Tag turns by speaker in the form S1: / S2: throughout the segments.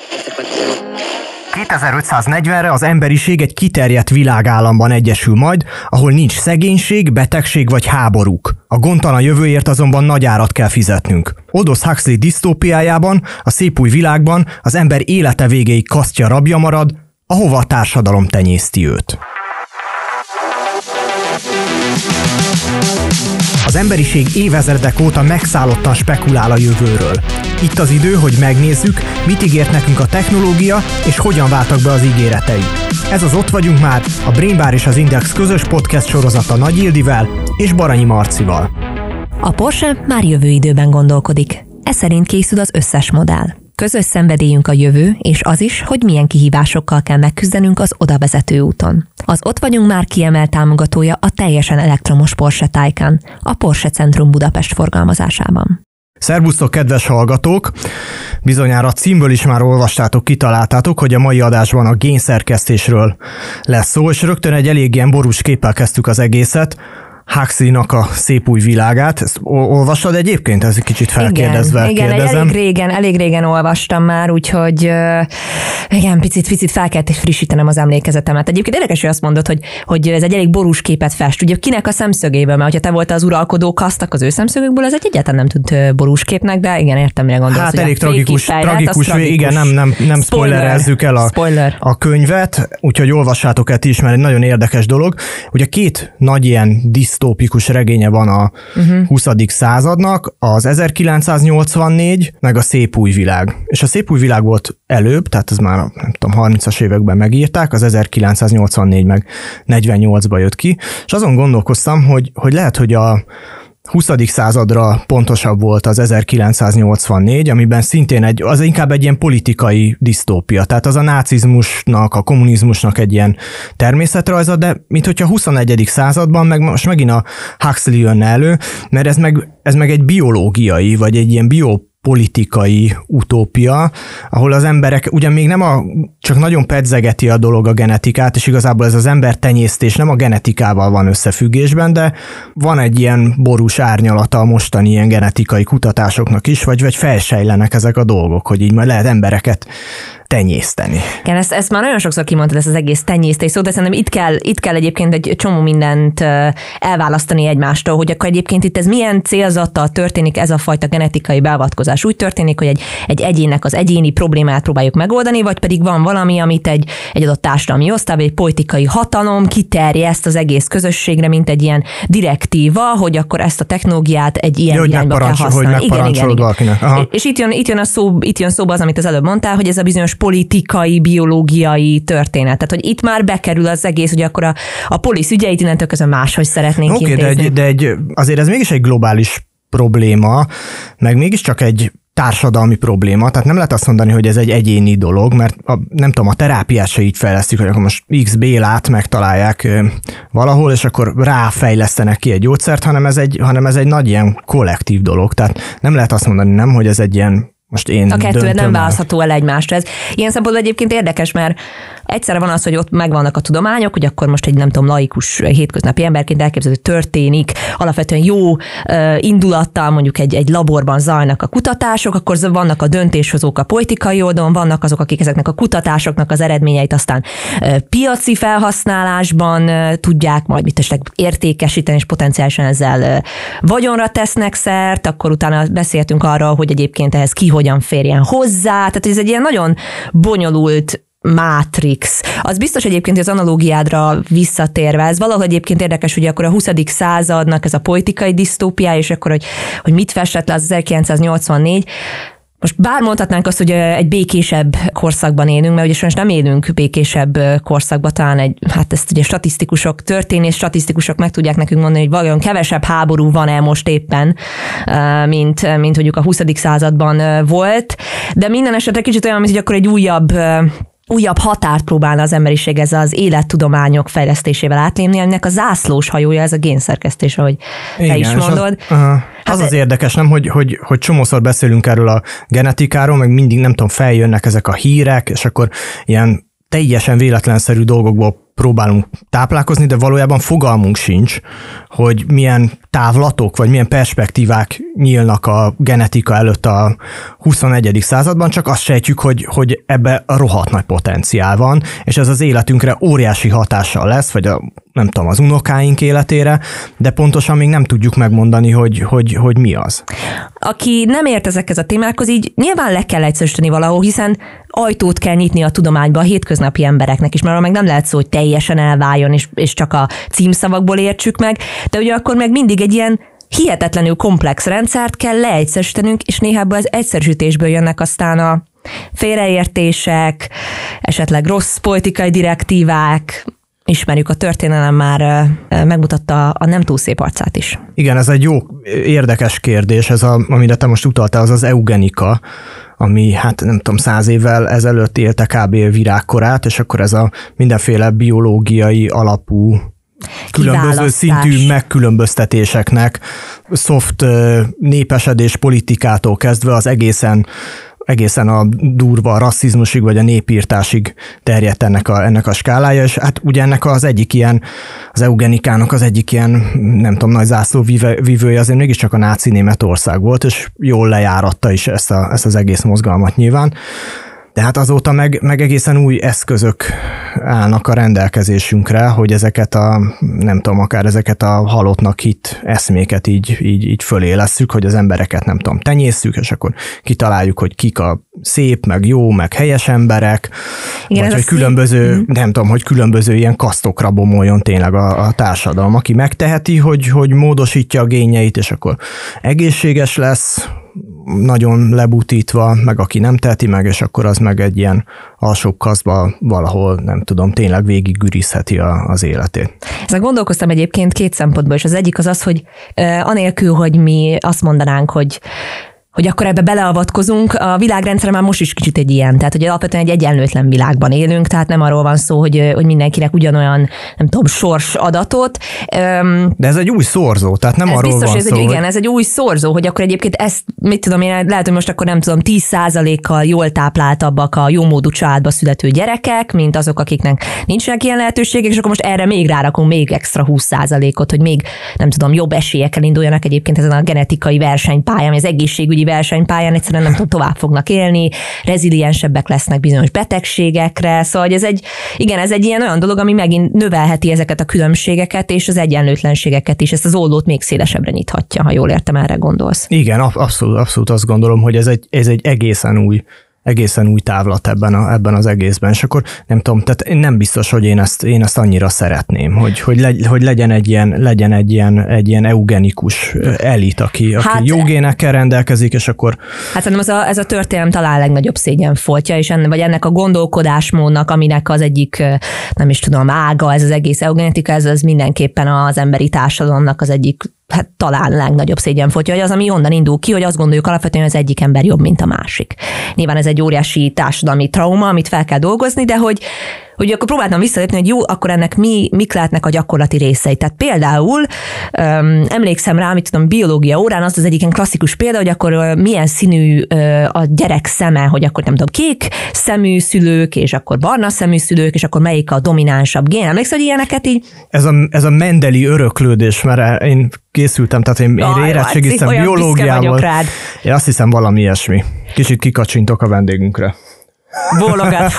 S1: ...2540-re az emberiség egy kiterjedt világállamban egyesül majd, ahol nincs szegénység, betegség vagy háborúk. A gondtalan jövőért azonban nagy árat kell fizetnünk. Aldous Huxley disztópiájában, a szép új világban az ember élete végéig kasztja rabja marad, ahova a társadalom tenyészti őt. Az emberiség évezredek óta megszállottan spekulál a jövőről. Itt az idő, hogy megnézzük, mit ígért nekünk a technológia, és hogyan váltak be az ígéretei. Ez az Ott vagyunk már, a Brain Bar és az Index közös podcast sorozata Nagy Ildivel és Baranyi Marcival.
S2: A Porsche már jövő időben gondolkodik. Ez szerint készül az összes modell. Közös szenvedélyünk a jövő, és az is, hogy milyen kihívásokkal kell megküzdenünk az oda vezető úton. Az Ott vagyunk már kiemelt támogatója a teljesen elektromos Porsche Taycan, a Porsche Centrum Budapest forgalmazásában.
S1: Szervusztok, kedves hallgatók! Bizonyára a címből is már olvastátok, kitaláltátok, hogy a mai adásban a génszerkesztésről lesz szó, és rögtön egy elég ilyen borús képpel kezdtük az egészet, Huxleynak a szép új világát. Ezt olvastad egyébként? Ez egy kicsit felkérdezve kérdezem.
S2: Elég régen olvastam már, úgyhogy igen, picit fel kellett frissítenem az emlékezetemet. Egyébként érdekes, hogy azt mondod, hogy ez egy elég borús képet fest. Ugye kinek a szemszögéből, mert hogyha te voltál az uralkodó kasztak az ő szemszögükből, ez egy egyáltalán nem tűnt borús képnek, de igen, értem, mire gondolsz.
S1: Hát elég tragikus, igen, nem spoilerezzük el a könyvet, úgyhogy olvassátok el ti is, mert egy nagyon érdekes dolog. Ugye két nagy ilyen disztópikus regénye van a 20. századnak, az 1984, meg a Szép új világ. És a Szép új világ volt előbb, tehát ez már nem tudom, 30-as években megírták, az 1984 meg 48-ba jött ki, és azon gondolkoztam, hogy lehet, hogy a 20. századra pontosabb volt az 1984, amiben szintén az inkább egy ilyen politikai disztópia. Tehát az a nácizmusnak, a kommunizmusnak egy ilyen természetrajza, de minthogyha a 21. században meg most megint a Huxley jönne elő, mert ez meg egy biológiai, vagy egy ilyen politikai utópia, ahol az emberek ugyan még csak nagyon pedzegeti a dolog a genetikát, és igazából ez az embertenyésztés nem a genetikával van összefüggésben, de van egy ilyen borús árnyalata a mostani ilyen genetikai kutatásoknak is, vagy felsejlenek ezek a dolgok, hogy így majd lehet embereket tenyészteni.
S2: Igen, ezt már nagyon sokszor kimondtad, ezt az egész tenyésztés szót, de szerintem itt kell egyébként egy csomó mindent elválasztani egymástól, hogy akkor egyébként itt ez milyen célzattal történik ez a fajta genetikai beavatkozás. Úgy történik, hogy egy egyénnek az egyéni problémát próbáljuk megoldani, vagy pedig van valami, amit egy adott társadalmi osztály, egy politikai hatalom kiterjeszt az egész közösségre, mint egy ilyen direktíva, hogy akkor ezt a technológiát egy ilyen irányba kell használni. Igen. És itt jön szóba az, amit az előbb mondtál, hogy ez a bizonyos politikai, biológiai történet. Tehát, hogy itt már bekerül az egész, hogy akkor a polisz ügyeit innentől közben máshogy szeretnénk intézni.
S1: De azért ez mégis egy globális probléma, meg mégiscsak egy társadalmi probléma, tehát nem lehet azt mondani, hogy ez egy egyéni dolog, mert nem tudom, a terápiát se így fejlesztik, hogy akkor most X Bélát megtalálják valahol, és akkor ráfejlesztenek ki egy gyógyszert, hanem ez egy nagy ilyen kollektív dolog. Tehát nem lehet azt mondani, nem, hogy ez egy ilyen most én
S2: a kettő nem választható el egymásra. Ez ilyen szempontból egyébként érdekes, mert egyszerre van az, hogy ott megvannak a tudományok, hogy akkor most egy nem tudom, laikus hétköznapi emberként elképzelhető történik, alapvetően jó indulattal mondjuk egy laborban zajlanak a kutatások, akkor vannak a döntéshozók a politikai oldalon, vannak azok, akik ezeknek a kutatásoknak az eredményeit aztán piaci felhasználásban tudják majd értékesíteni, és potenciálisan ezzel vagyonra tesznek szert, akkor utána beszéltünk arról, hogy egyébként ehhez ki hogyan férjen hozzá, tehát ez egy ilyen nagyon bonyolult mátrix. Az biztos egyébként, hogy az analógiádra visszatérve, ez valahol egyébként érdekes, hogy akkor a 20. századnak ez a politikai disztópia, és akkor, hogy mit festett le az 1984, most bár mondhatnánk azt, hogy egy békésebb korszakban élünk, mert ugye sajnos nem élünk békésebb korszakban, talán ezt ugye statisztikusok meg tudják nekünk mondani, hogy vajon kevesebb háború van-e most éppen, mint mondjuk a 20. században volt, de minden esetre kicsit olyan, mint hogy akkor egy újabb határt próbálna az emberiség ezzel az élettudományok fejlesztésével átlépni, aminek a zászlós hajója ez a génszerkesztés, ahogy te is mondod.
S1: Az érdekes, nem, hogy csomószor beszélünk erről a genetikáról, meg mindig nem tudom, feljönnek ezek a hírek, és akkor ilyen teljesen véletlenszerű dolgokból próbálunk táplálkozni, de valójában fogalmunk sincs, hogy milyen távlatok, vagy milyen perspektívák nyílnak a genetika előtt a 21. században, csak azt sejtjük, hogy ebbe rohadt nagy potenciál van, és ez az életünkre óriási hatással lesz, vagy nem tudom, az unokáink életére, de pontosan még nem tudjuk megmondani, hogy mi az.
S2: Aki nem ért ezekhez a témákhoz, így nyilván le kell egyszerűsíteni valahol, hiszen ajtót kell nyitni a tudományba a hétköznapi embereknek is, mert meg nem lehet szó, hogy teljesen elváljon, és csak a címszavakból értsük meg, de ugye akkor meg mindig egy ilyen hihetetlenül komplex rendszert kell leegyszerűsítenünk, és néha ebből az egyszerűsítésből jönnek aztán a félreértések, esetleg rossz politikai direktívák. Ismerjük, a történelem már megmutatta a nem túl szép arcát is.
S1: Igen, ez egy jó, érdekes kérdés, amire te most utaltál, az eugenika, ami hát nem tudom, 100 évvel ezelőtt élte kb. Virágkorát, és akkor ez a mindenféle biológiai alapú különböző szintű megkülönböztetéseknek, soft népesedés politikától kezdve az egészen a durva rasszizmusig, vagy a népírtásig terjedt ennek a skálája, és hát ugye ennek az egyik ilyen, az eugenikának az egyik ilyen, nem tudom, nagy zászlóvivője azért mégiscsak a náci Németország volt, és jól lejáratta is ezt az egész mozgalmat nyilván. De hát azóta meg egészen új eszközök állnak a rendelkezésünkre, hogy ezeket nem tudom, akár ezeket a halottnak hitt eszméket így fölélesszük, hogy az embereket nem tudom, tenyésztük, és akkor kitaláljuk, hogy kik a szép, meg jó, meg helyes emberek, igen, vagy hogy különböző, nem tudom, hogy különböző ilyen kasztokra bomoljon tényleg a társadalom, aki megteheti, hogy módosítja a génjeit, és akkor egészséges lesz, nagyon lebutítva, meg aki nem teheti meg, és akkor az meg egy ilyen alsóbb kasztba valahol, nem tudom, tényleg végiggürizheti az életét.
S2: Ezen gondolkoztam egyébként két szempontból, és az egyik az, hogy anélkül, hogy mi azt mondanánk, hogy akkor ebbe beleavatkozunk. A világrendszer már most is kicsit egy ilyen, tehát hogy alapvetően egy egyenlőtlen világban élünk, tehát nem arról van szó, hogy mindenkinek ugyanolyan, nem tudom, sors adatot.
S1: De ez egy új szorzó, tehát nem arról
S2: biztos,
S1: van szó.
S2: Igen, ez egy új szorzó, hogy akkor egyébként ezt, mit tudom én, lehet, hogy most akkor nem tudom, 10%-kal jól tápláltabbak a jómódú családba születő gyerekek, mint azok, akiknek nincsenek ilyen lehetőségek, és akkor most erre még rárakunk még extra 20%-ot, hogy még, nem tudom, jobb esélyekkel induljanak egyébként ezen a genetikai versenypályán, az egészségügyi versenypályán egyszerűen nem tudom, tovább fognak élni, reziliensebbek lesznek bizonyos betegségekre, szóval ez egy ilyen olyan dolog, ami megint növelheti ezeket a különbségeket és az egyenlőtlenségeket is, ezt az ollót még szélesebbre nyithatja, ha jól értem, erre gondolsz.
S1: Igen, abszolút azt gondolom, hogy ez egy egészen új távlat ebben az egészben, és akkor nem tudom, tehát nem biztos, hogy én ezt annyira szeretném, hogy legyen egy ilyen eugenikus elit, aki jó génekkel rendelkezik, és akkor... Hát
S2: szerintem ez a történelem talán legnagyobb szégyenfoltja, és vagy ennek a gondolkodásmódnak, aminek az egyik, nem is tudom, ága, ez az egész eugenetika, ez mindenképpen az emberi társadalomnak az egyik, hát talán legnagyobb szégyenfoltja, hogy az, ami onnan indul ki, hogy azt gondoljuk alapvetően, hogy az egyik ember jobb, mint a másik. Nyilván ez egy óriási társadalmi trauma, amit fel kell dolgozni, de hogy akkor próbáltam visszalépni, hogy jó, akkor ennek mik lehetnek a gyakorlati részei. Tehát például emlékszem rá, amit tudom, biológia órán az egyik ilyen klasszikus példa, hogy akkor milyen színű a gyerek szeme, hogy akkor nem tudom, kék szemű szülők, és akkor barna szemű szülők, és akkor melyik a dominánsabb gén. Emlékszel, hogy ilyeneket így?
S1: Ez a Mendeli öröklődés, mert én készültem, tehát én érettségiztem biológiával. Én azt hiszem valami ilyesmi. Kicsit kikacsintok a vendégünkre.
S2: Bólogat,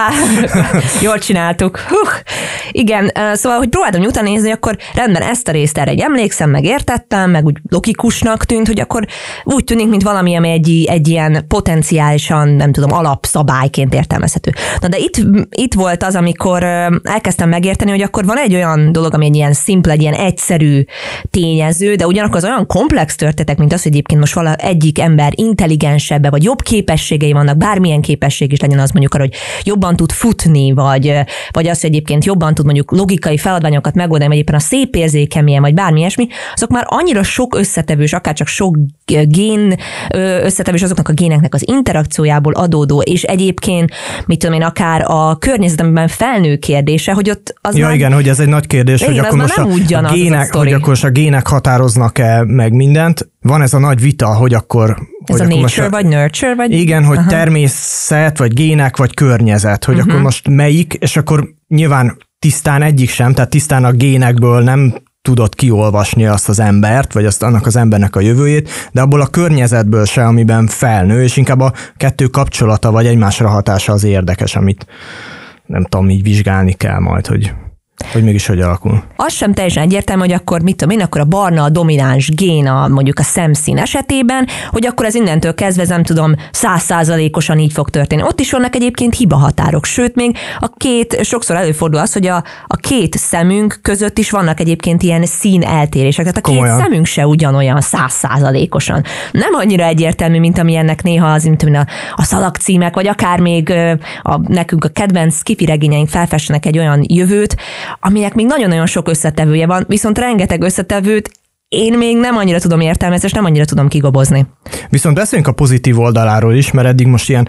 S2: jól csináltuk. Igen, szóval, hogy próbáltam utána nézni, hogy akkor rendben ezt a részt erre emlékszem, meg értettem, meg úgy logikusnak tűnt, hogy akkor úgy tűnik, mint valami, ami egy ilyen potenciálisan, nem tudom, alapszabályként értelmezhető. Na de itt volt az, amikor elkezdtem megérteni, hogy akkor van egy olyan dolog, ami egy ilyen szimpla, egy ilyen egyszerű tényező, de ugyanakkor az olyan komplex történetek, mint az, hogy egyébként most egyik ember intelligensebb, vagy jobb képességei vannak, bármilyen képesség is legyen, az mondjuk arra, hogy jobban tud futni, vagy az, hogy egyébként jobban tud mondjuk logikai feladványokat megoldani, vagy éppen a szép érzéke milyen, vagy bármi ilyesmi, azok már annyira sok összetevős, akár csak sok gén összetevős azoknak a géneknek az interakciójából adódó, és egyébként, mit tudom én, akár a környezetemben felnő kérdése, hogy ott az
S1: ja, igen, hogy ez egy nagy kérdés, hogy akkor most a gének határoznak-e meg mindent. Van ez a nagy vita, hogy akkor
S2: Ez a nature vagy nurture? Vagy?
S1: Igen, hogy természet, vagy gének, vagy környezet, hogy akkor most melyik, és akkor nyilván tisztán egyik sem, tehát tisztán a génekből nem tudod kiolvasni azt az embert, vagy annak az embernek a jövőjét, de abból a környezetből se, amiben felnő, és inkább a kettő kapcsolata, vagy egymásra hatása az érdekes, amit nem tudom, így vizsgálni kell majd, hogy mégis hogy alakul.
S2: Az sem teljesen egyértelmű, hogy akkor mit tudom én, akkor a barna a domináns gén mondjuk a szemszín esetében, hogy akkor ez innentől kezdve, nem tudom, 100%-osan így fog történni. Ott is vannak egyébként hibahatárok, sőt még sokszor előfordul az, hogy a két szemünk között is vannak egyébként ilyen szín eltérések. Tehát a Komolyan. Két szemünk se ugyanolyan 100%-osan. Nem annyira egyértelmű, mint ami ennek néha az, mint a szalagcímek, vagy akár még nekünk a kedvenc sci-fi regényeink felfestenek egy olyan jövőt, aminek még nagyon-nagyon sok összetevője van, viszont rengeteg összetevőt én még nem annyira tudom értelmezni, és nem annyira tudom kigobozni.
S1: Viszont beszéljünk a pozitív oldaláról is, mert eddig most ilyen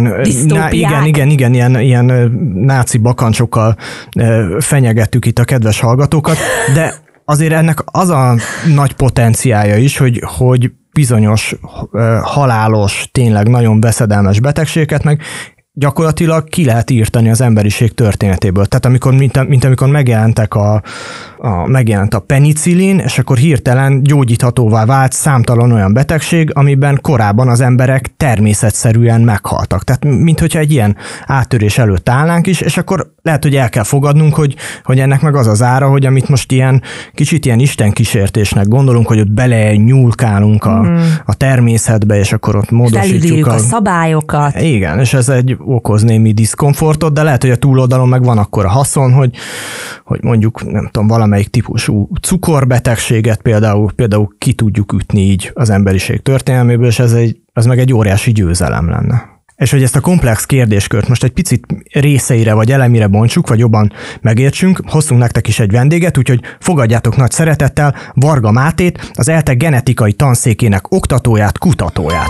S1: ilyen náci bakancsokkal fenyegettük itt a kedves hallgatókat, de azért ennek az a nagy potenciálja is, hogy bizonyos halálos, tényleg nagyon veszedelmes betegségeket meg gyakorlatilag ki lehet írtani az emberiség történetéből. Tehát amikor, mint amikor megjelent a penicillin, és akkor hirtelen gyógyíthatóvá vált számtalan olyan betegség, amiben korábban az emberek természetszerűen meghaltak. Tehát minthogyha egy ilyen áttörés előtt állnánk is, és akkor lehet, hogy el kell fogadnunk, hogy ennek meg az az ára, hogy amit most kicsit ilyen istenkísértésnek gondolunk, hogy ott bele nyúlkálunk a természetbe, és akkor ott módosítjuk
S2: a szabályokat.
S1: Igen, és ez okoz némi diszkomfortot, de lehet, hogy a túloldalon meg van akkor a haszon, hogy mondjuk, nem tudom, valamelyik típusú cukorbetegséget például ki tudjuk ütni így az emberiség történelméből, és ez meg egy óriási győzelem lenne. És hogy ezt a komplex kérdéskört most egy picit részeire vagy elemire bontsuk, vagy jobban megértsünk, hoztunk nektek is egy vendéget, úgyhogy fogadjátok nagy szeretettel Varga Mátét, az ELTE genetikai tanszékének oktatóját, kutatóját.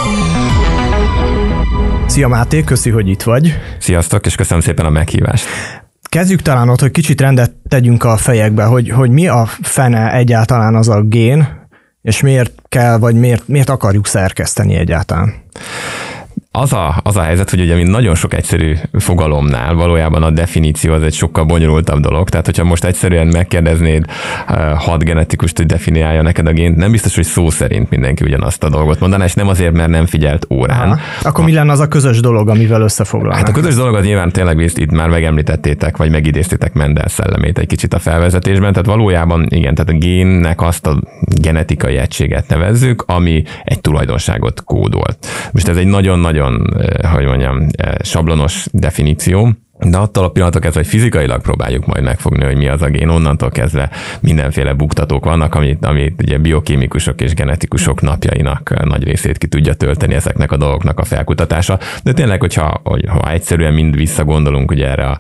S1: Szia Máté, köszi, hogy itt vagy.
S3: Sziasztok, és köszönöm szépen a meghívást.
S1: Kezdjük talán ott, hogy kicsit rendet tegyünk a fejekbe, hogy mi a fene egyáltalán az a gén, és miért kell, vagy miért akarjuk szerkeszteni egyáltalán?
S3: Az a helyzet, hogy ugye mint nagyon sok egyszerű fogalomnál valójában a definíció az egy sokkal bonyolultabb dolog. Tehát, hogyha most egyszerűen megkérdeznéd 6 genetikust, hogy definiálja neked a gént, nem biztos, hogy szó szerint mindenki ugyanazt a dolgot mondaná, és nem azért, mert nem figyelt órán.
S1: Akkor mi lenne az a közös dolog, amivel összefoglalnánk?
S3: Hát a közös dolog az nyilván tényleg itt már megemlítettétek, vagy megidéztétek Mendel szellemét egy kicsit a felvezetésben. Tehát valójában igen, tehát a génnek azt a genetikai egységet nevezzük, ami egy tulajdonságot kódol. Most ez egy nagyon-nagyon, hogy mondjam, sablonos definíció, de attól a pillanatok kezdve, hogy fizikailag próbáljuk majd megfogni, hogy mi az a gén, onnantól kezdve mindenféle buktatók vannak, amit ugye biokémikusok és genetikusok napjainak nagy részét ki tudja tölteni ezeknek a dolgoknak a felkutatása. De tényleg, hogyha egyszerűen mind visszagondolunk ugye erre a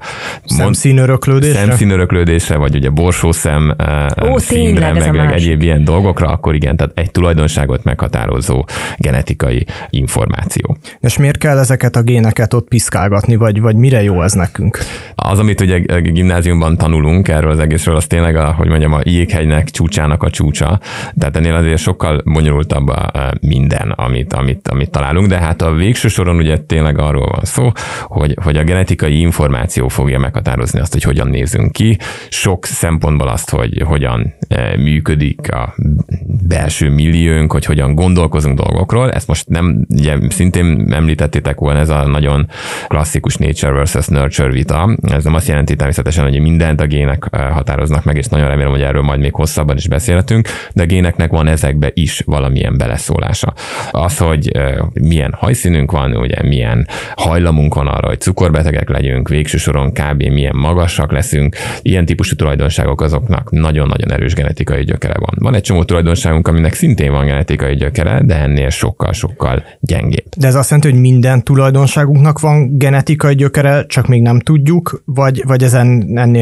S3: szemszínöröklődésre, vagy ugye borsószem színre, meg egyéb ilyen dolgokra, akkor igen, tehát egy tulajdonságot meghatározó genetikai információ.
S1: És miért kell ezeket a géneket ott piszkálgatni, vagy mire jó ez nekünk?
S3: Az, amit ugye gimnáziumban tanulunk erről az egészről, az tényleg a jéghegynek csúcsának a csúcsa. Tehát ennél azért sokkal bonyolultabb minden, amit találunk, de hát a végső soron ugye tényleg arról van szó, hogy a genetikai információ fogja meghatározni azt, hogy hogyan nézünk ki. Sok szempontból azt, hogy hogyan működik a belső milliónk, hogy hogyan gondolkozunk dolgokról. Ezt most nem, ugye szintén említettétek volna, ez a nagyon klasszikus nature versus nurture vita. Ez nem azt jelenti természetesen, hogy mindent a gének határoznak meg, és nagyon remélem, hogy erről majd még hosszabban is beszélhetünk, de a géneknek van ezekbe is valamilyen beleszólása. Az, hogy milyen hajszínünk van, ugye milyen hajlamunk van arra, hogy cukorbetegek legyünk, végső soron kb. Milyen magasak leszünk, ilyen típusú tulajdonságok azoknak nagyon-nagyon erős genetikai gyökere van. Van egy csomó tulajdonságunk, aminek szintén van genetikai gyökere, de ennél sokkal-sokkal gyengébb.
S1: De ez azt jelenti, hogy minden tulajdonságunknak van genetikai gyökere, csak még nem tudjuk, vagy ez ennél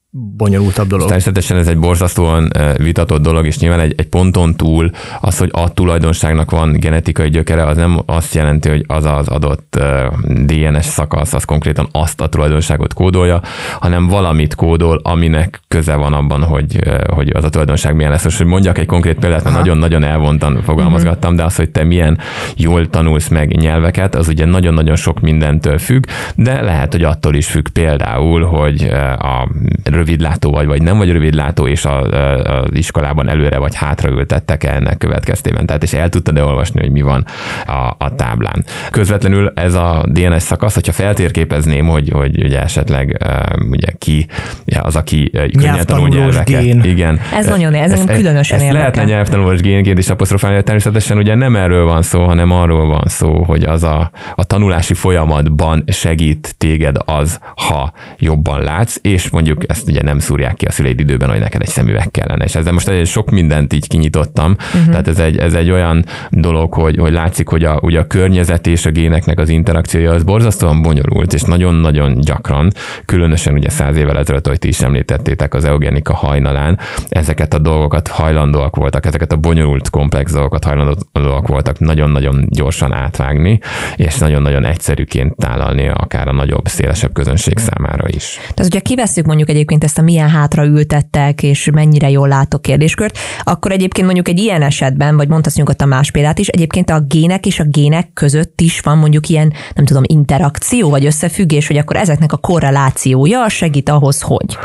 S1: bonyolultabb dolog.
S3: Természetesen ez egy borzasztóan vitatott dolog, és nyilván egy ponton túl az, hogy a tulajdonságnak van genetikai gyökere, az nem azt jelenti, hogy az az adott DNS szakasz, az konkrétan azt a tulajdonságot kódolja, hanem valamit kódol, aminek köze van abban, hogy az a tulajdonság milyen lesz. Most, hogy mondjak egy konkrét példát, mert nagyon-nagyon elvontan fogalmazgattam, de az, hogy te milyen jól tanulsz meg nyelveket, az ugye nagyon-nagyon sok mindentől függ, de lehet, hogy attól is függ például, hogy a rövidlátó vagy nem vagy rövidlátó, és az iskolában előre vagy hátra ültettek ennek következtében. Tehát és el tudtad-e olvasni, hogy mi van a táblán. Közvetlenül ez a DNS szakasz, hogyha feltérképezném, hogy ugye esetleg ugye ki az, aki könnyen tanul nyelveket.
S1: Gén.
S3: Igen.
S2: Ez különösen érdekel.
S3: Lehetne nyelvtanulós génként is apostrofálni, de természetesen ugye nem erről van szó, hanem arról van szó, hogy az a tanulási folyamatban segít téged az, ha jobban látsz, és mondjuk ezt ugye nem szúrják ki a szüleid időben, hogy neked egy szemüveg kellene. És ezzel most sok mindent így kinyitottam. Tehát ez egy olyan dolog, hogy látszik, hogy ugye a környezet és a géneknek az interakciója az borzasztóan bonyolult, és nagyon-nagyon gyakran, különösen ugye 100 évvel ezelőtt, ahogy ti is említettétek az eugenika hajnalán, ezeket a dolgokat hajlandóak voltak, ezeket a bonyolult, komplex dolgokat hajlandóak voltak nagyon-nagyon gyorsan átvágni, és nagyon-nagyon egyszerűként tálalni akár a nagyobb, szélesebb közönség számára is.
S2: Tehát, hogyha kivesszük mondjuk egyébként ezt a milyen hátra ültettek, és mennyire jól látok kérdéskört, akkor egyébként mondjuk egy ilyen esetben, vagy mondtasz nyugodtan más példát is, egyébként a gének és a gének között is van mondjuk ilyen, nem tudom, interakció, vagy összefüggés, hogy akkor ezeknek a korrelációja segít ahhoz, hogy?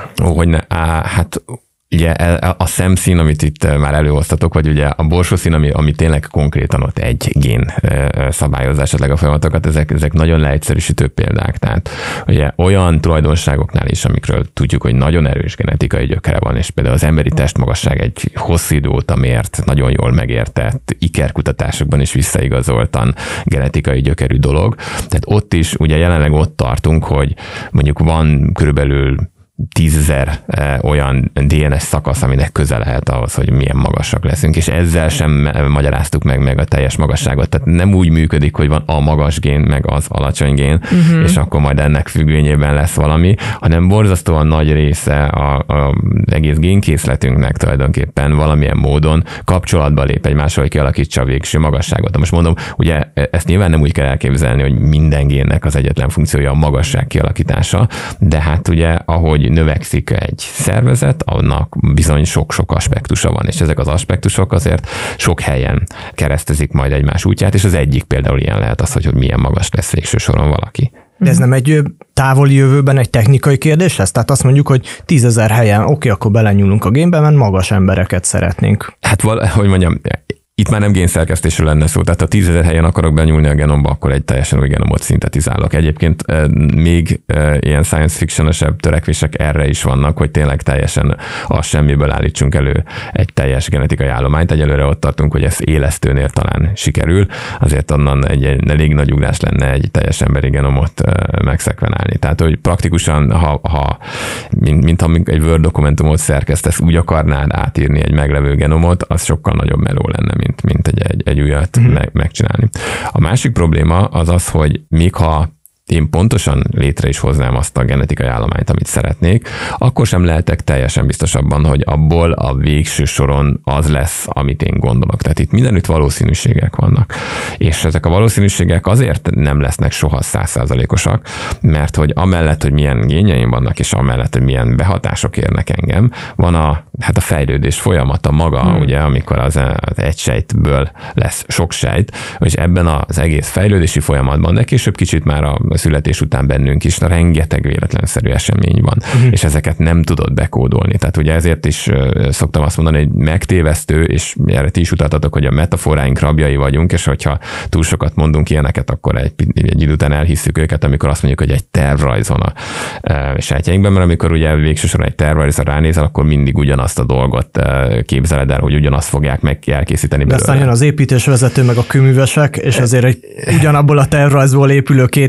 S3: Hát ugye a szemszín, amit itt már előhoztatok, vagy ugye a borsószín, ami tényleg konkrétan ott egy gén szabályozza esetleg a folyamatokat, ezek nagyon leegyszerűsítő példák. Tehát ugye olyan tulajdonságoknál is, amikről tudjuk, hogy nagyon erős genetikai gyökere van, és például az emberi testmagasság egy hosszú idő óta mért, nagyon jól megértett, ikerkutatásokban is visszaigazoltan genetikai gyökerű dolog. Tehát ott is ugye jelenleg ott tartunk, hogy mondjuk van körülbelül 10 000 olyan DNS szakasz, aminek köze lehet ahhoz, hogy milyen magasak leszünk, és ezzel sem magyaráztuk meg a teljes magasságot. Tehát nem úgy működik, hogy van a magas gén, meg az alacsony gén, és akkor majd ennek függvényében lesz valami, hanem borzasztóan nagy része az egész génkészletünknek tulajdonképpen valamilyen módon kapcsolatba lép egymással, hogy kialakítsa a végső magasságot. De most mondom, ugye ezt nyilván nem úgy kell elképzelni, hogy minden génnek az egyetlen funkciója a magasság kialakítása, de hát ugye, ahogy növekszik egy szervezet, annak bizony sok-sok aspektusa van, és ezek az aspektusok azért sok helyen keresztezik majd egymás útját, és az egyik például ilyen lehet az, hogy milyen magas lesz végső soron valaki.
S1: De ez nem egy távoli jövőben egy technikai kérdés lesz? Tehát azt mondjuk, hogy 10 000 helyen, oké, akkor belenyúlunk a génbe, mert magas embereket szeretnénk.
S3: Hát hogy mondjam, itt már nem génszerkesztésről lenne szó, tehát ha 10 000 helyen akarok benyúlni a genomba, akkor egy teljesen új genomot szintetizálok. Egyébként még ilyen science fiction-esebb törekvések erre is vannak, hogy tényleg teljesen a semmiből állítsunk elő egy teljes genetikai állományt. Egyelőre ott tartunk, hogy ez élesztőnél talán sikerül, azért onnan egy elég nagy ugrás lenne egy teljes emberi genomot megszekvenálni. Tehát, hogy praktikusan, mint egy Word dokumentumot szerkesztesz, úgy akarnád átírni egy meglevő genomot, az sokkal nagyobb meló lenne, mint egy újat megcsinálni. A másik probléma az, hogy még ha én pontosan létre is hoznám azt a genetikai állományt, amit szeretnék, akkor sem lehetek teljesen biztos abban, hogy abból a végső soron az lesz, amit én gondolok. Tehát itt mindenütt valószínűségek vannak. És ezek a valószínűségek azért nem lesznek soha 100%-osak, mert hogy amellett, hogy milyen génjeim vannak, és amellett, hogy milyen behatások érnek engem, van a fejlődés folyamata maga, ugye, amikor az egy sejtből lesz sok sejt, és ebben az egész fejlődési folyamatban, de később kicsit már a születés után bennünk is rengeteg véletlenszerű esemény van, és ezeket nem tudod bekódolni. Tehát ugye ezért is szoktam azt mondani, hogy megtévesztő, és erre ti is utaltatok, hogy a metaforáink rabjai vagyunk, és hogyha túl sokat mondunk ilyeneket, akkor egy idő után elhisszük őket, amikor azt mondjuk, hogy egy tervrajz van a sejtjeinkben, mert amikor ugye végső soron egy tervrajzra ránézel, akkor mindig ugyanazt a dolgot képzeled el, hogy ugyanazt fogják meg elkészíteni belőle.
S1: De aztán jön az építésvezető, meg a kőművesek, és azért ugyanabból a tervrajzból épülő két ház sem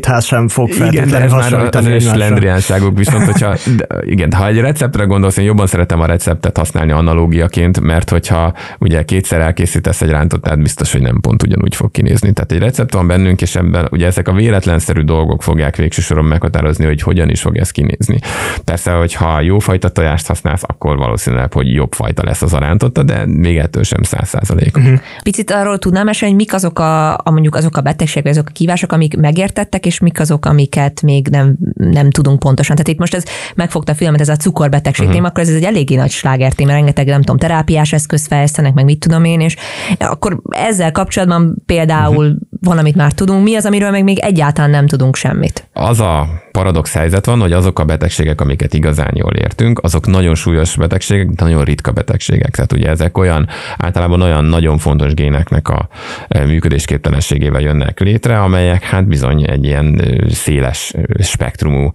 S1: nem fog feltétlenül hasonlítani egymásra.
S3: Igen, slendriánságok, viszont hogyha, ha egy receptre gondolsz, én jobban szeretem a receptet használni analógiaként, mert hogyha ugye kétszer elkészítesz egy rántottát, biztos, hogy nem pont ugyanúgy fog kinézni. Tehát egy recept van bennünk, és ebben ugye ezek a véletlenszerű dolgok fogják végső soron meghatározni, hogy hogyan is fog ez kinézni. Persze, hogyha jó fajta tojást használsz, akkor valószínűleg, hogy jobb fajta lesz az a rántotta, de még ettől sem 100%.
S2: Picit arról tudnám mesélni, hogy mik azok mondjuk azok a betegségek, azok a kívások, amik megértettek, és mik azok, amiket még nem tudunk pontosan. Tehát itt most ez megfogta a filmet, ez a cukorbetegség téma, akkor ez egy eléggé nagy sláger téma, rengeteg, nem tudom, terápiás eszközt fejlesztenek, meg mit tudom én, és akkor ezzel kapcsolatban például van, amit már tudunk, mi az, amiről meg még egyáltalán nem tudunk semmit.
S3: Az a paradox helyzet van, hogy azok a betegségek, amiket igazán jól értünk, azok nagyon súlyos betegségek, de nagyon ritka betegségek. Tehát ugye ezek általában olyan nagyon fontos géneknek a működésképtelenségével jönnek létre, amelyek hát bizony egy ilyen széles spektrumú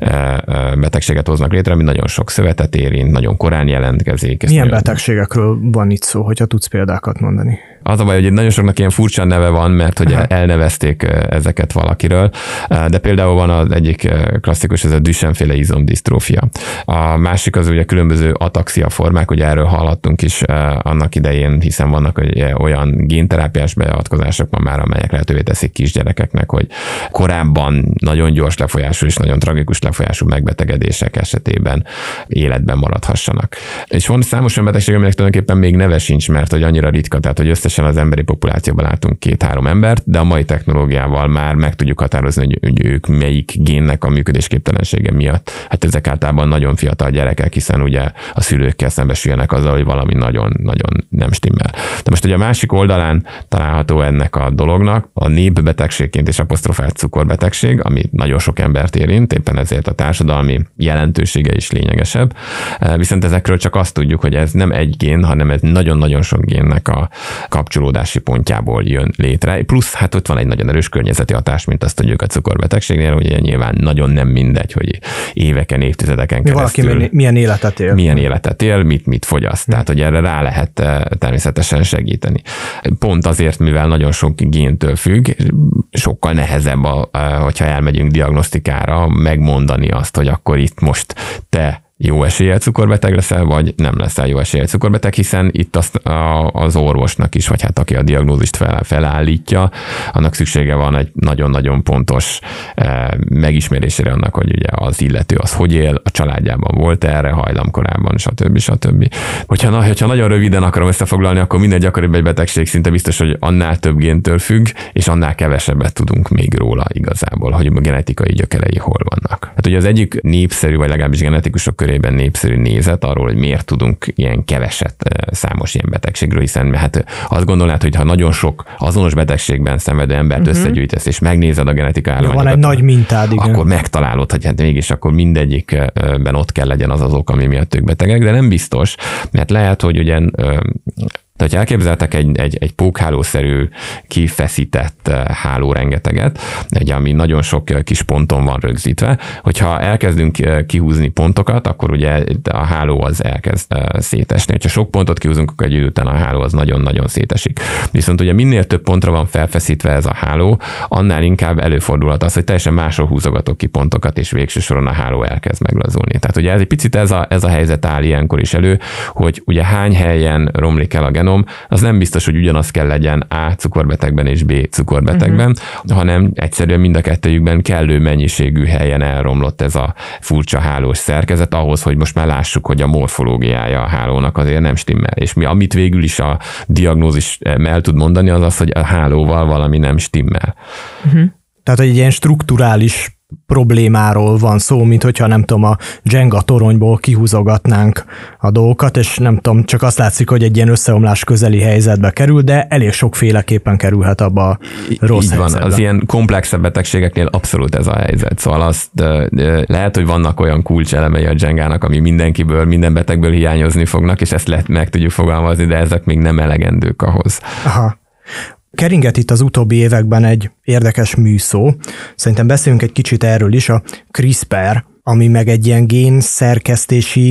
S3: betegséget hoznak létre, ami nagyon sok szövetet érint, nagyon korán jelentkezik.
S1: Milyen betegségekről van itt szó, hogyha tudsz példákat mondani?
S3: Az a baj, hogy nagyon soknak ilyen furcsa neve van, mert hogy elnevezték ezeket valakiről, de például van az egyik klasszikus, ez a Duchenne-féle izomdisztrófia. A másik az ugye különböző ataxia formák, ugye erről hallhattunk is annak idején, hiszen vannak olyan génterápiás beavatkozások van már, amelyek lehetővé teszik kisgyerekeknek, hogy korábban nagyon gyors lefolyású és nagyon tragikus lefolyású megbetegedések esetében életben maradhassanak. És van számos olyan betegség, aminek tulajdonképpen még neve sincs, mert hogy annyira ritka, tehát hogy összesen az emberi populációban látunk 2-3 embert, de a mai technológiával már meg tudjuk határozni, hogy ők melyik génnek a működésképtelensége miatt. Hát ezek általában nagyon fiatal gyerekek, hiszen ugye a szülőkkel szembesülnek azzal, hogy valami nagyon-nagyon nem stimmel. De most ugye a másik oldalán található ennek a dolognak a népbetegségként és apostrofált cukorbetegség, ami nagyon sok embert érint, éppen ezért a társadalmi jelentősége is lényegesebb. Viszont ezekről csak azt tudjuk, hogy ez nem egy gén, hanem ez nagyon-nagyon sok génnek a kapcsolódási pontjából jön létre. Plusz hát ott van egy nagyon erős környezeti hatás, mint azt tudjuk a cukorbetegségnél, ugye nyilván nagyon nem mindegy, hogy éveken, évtizedeken keresztül.
S1: Valaki milyen életet él.
S3: Milyen életet él, mit fogyaszt. Tehát, hogy erre rá lehet természetesen segíteni. Pont azért, mivel nagyon sok géntől függ, sokkal nehezebb, hogyha elmegyünk diagnosztikára, megmondani azt, hogy akkor itt most te jó eséllyel cukorbeteg leszel, vagy nem leszel jó eséllyel cukorbeteg, hiszen itt az orvosnak is, vagy hát aki a diagnózist felállítja, annak szüksége van egy nagyon-nagyon pontos megismerésére annak, hogy ugye az illető az hogy él, a családjában volt erre hajlamkorában, stb. Hogyha nagyon röviden akarom összefoglalni, akkor minden gyakoribb egy betegség szinte biztos, hogy annál több géntől függ, és annál kevesebbet tudunk még róla igazából, hogy a genetikai gyökerei hol vannak. Hát ugye az egyik népszerű, vagy legalábbis genetikusok körében népszerű nézet arról, hogy miért tudunk ilyen keveset számos ilyen betegségről, hiszen hát azt gondolnád, hogy ha nagyon sok azonos betegségben szenvedő embert összegyűjtesz, és megnézed a genetika állományokat,
S1: van egy nagy mintád, igen.
S3: Akkor megtalálod, hogy hát mégis akkor mindegyikben ott kell legyen az ok, ami miatt ők betegek, de nem biztos, mert lehet, hogy ugye tehát, ha elképzeltek egy pókhálószerű kifeszített háló rengeteget, ami nagyon sok kis ponton van rögzítve, hogyha elkezdünk kihúzni pontokat, akkor ugye a háló az elkezd szétesni. Ha sok pontot kihúzunk, akkor egy idő után a háló az nagyon-nagyon szétesik. Viszont ugye minél több pontra van felfeszítve ez a háló, annál inkább előfordulhat az, hogy teljesen máshol húzogatok ki pontokat, és végső soron a háló elkezd meglazulni. Tehát ugye ez egy picit ez a helyzet áll ilyenkor is elő, hogy ugye hány helyen romlik el a genom, az nem biztos, hogy ugyanaz kell legyen A cukorbetegben és B cukorbetegben, hanem egyszerűen mind a kettőjükben kellő mennyiségű helyen elromlott ez a furcsa hálós szerkezet ahhoz, hogy most már lássuk, hogy a morfológiája a hálónak azért nem stimmel. És amit végül is a diagnózis el tud mondani, az az, hogy a hálóval valami nem stimmel.
S1: Tehát egy ilyen strukturális problémáról van szó, mint hogyha nem tudom, a Jenga toronyból kihúzogatnánk a dolgokat, és nem tudom, csak azt látszik, hogy egy ilyen összeomlás közeli helyzetbe kerül, de elég sokféleképpen kerülhet abba a rossz
S3: így van,
S1: helyzetbe.
S3: az ilyen komplexebb betegségeknél abszolút ez a helyzet. Szóval azt lehet, hogy vannak olyan kulcselemei a Jengának, ami mindenkiből, minden betegből hiányozni fognak, és ezt meg tudjuk fogalmazni, de ezek még nem elegendők ahhoz.
S1: Aha. Keringet itt az utóbbi években egy érdekes műszó. Szerintem beszéljünk egy kicsit erről is, a CRISPR, ami meg egy ilyen génszerkesztési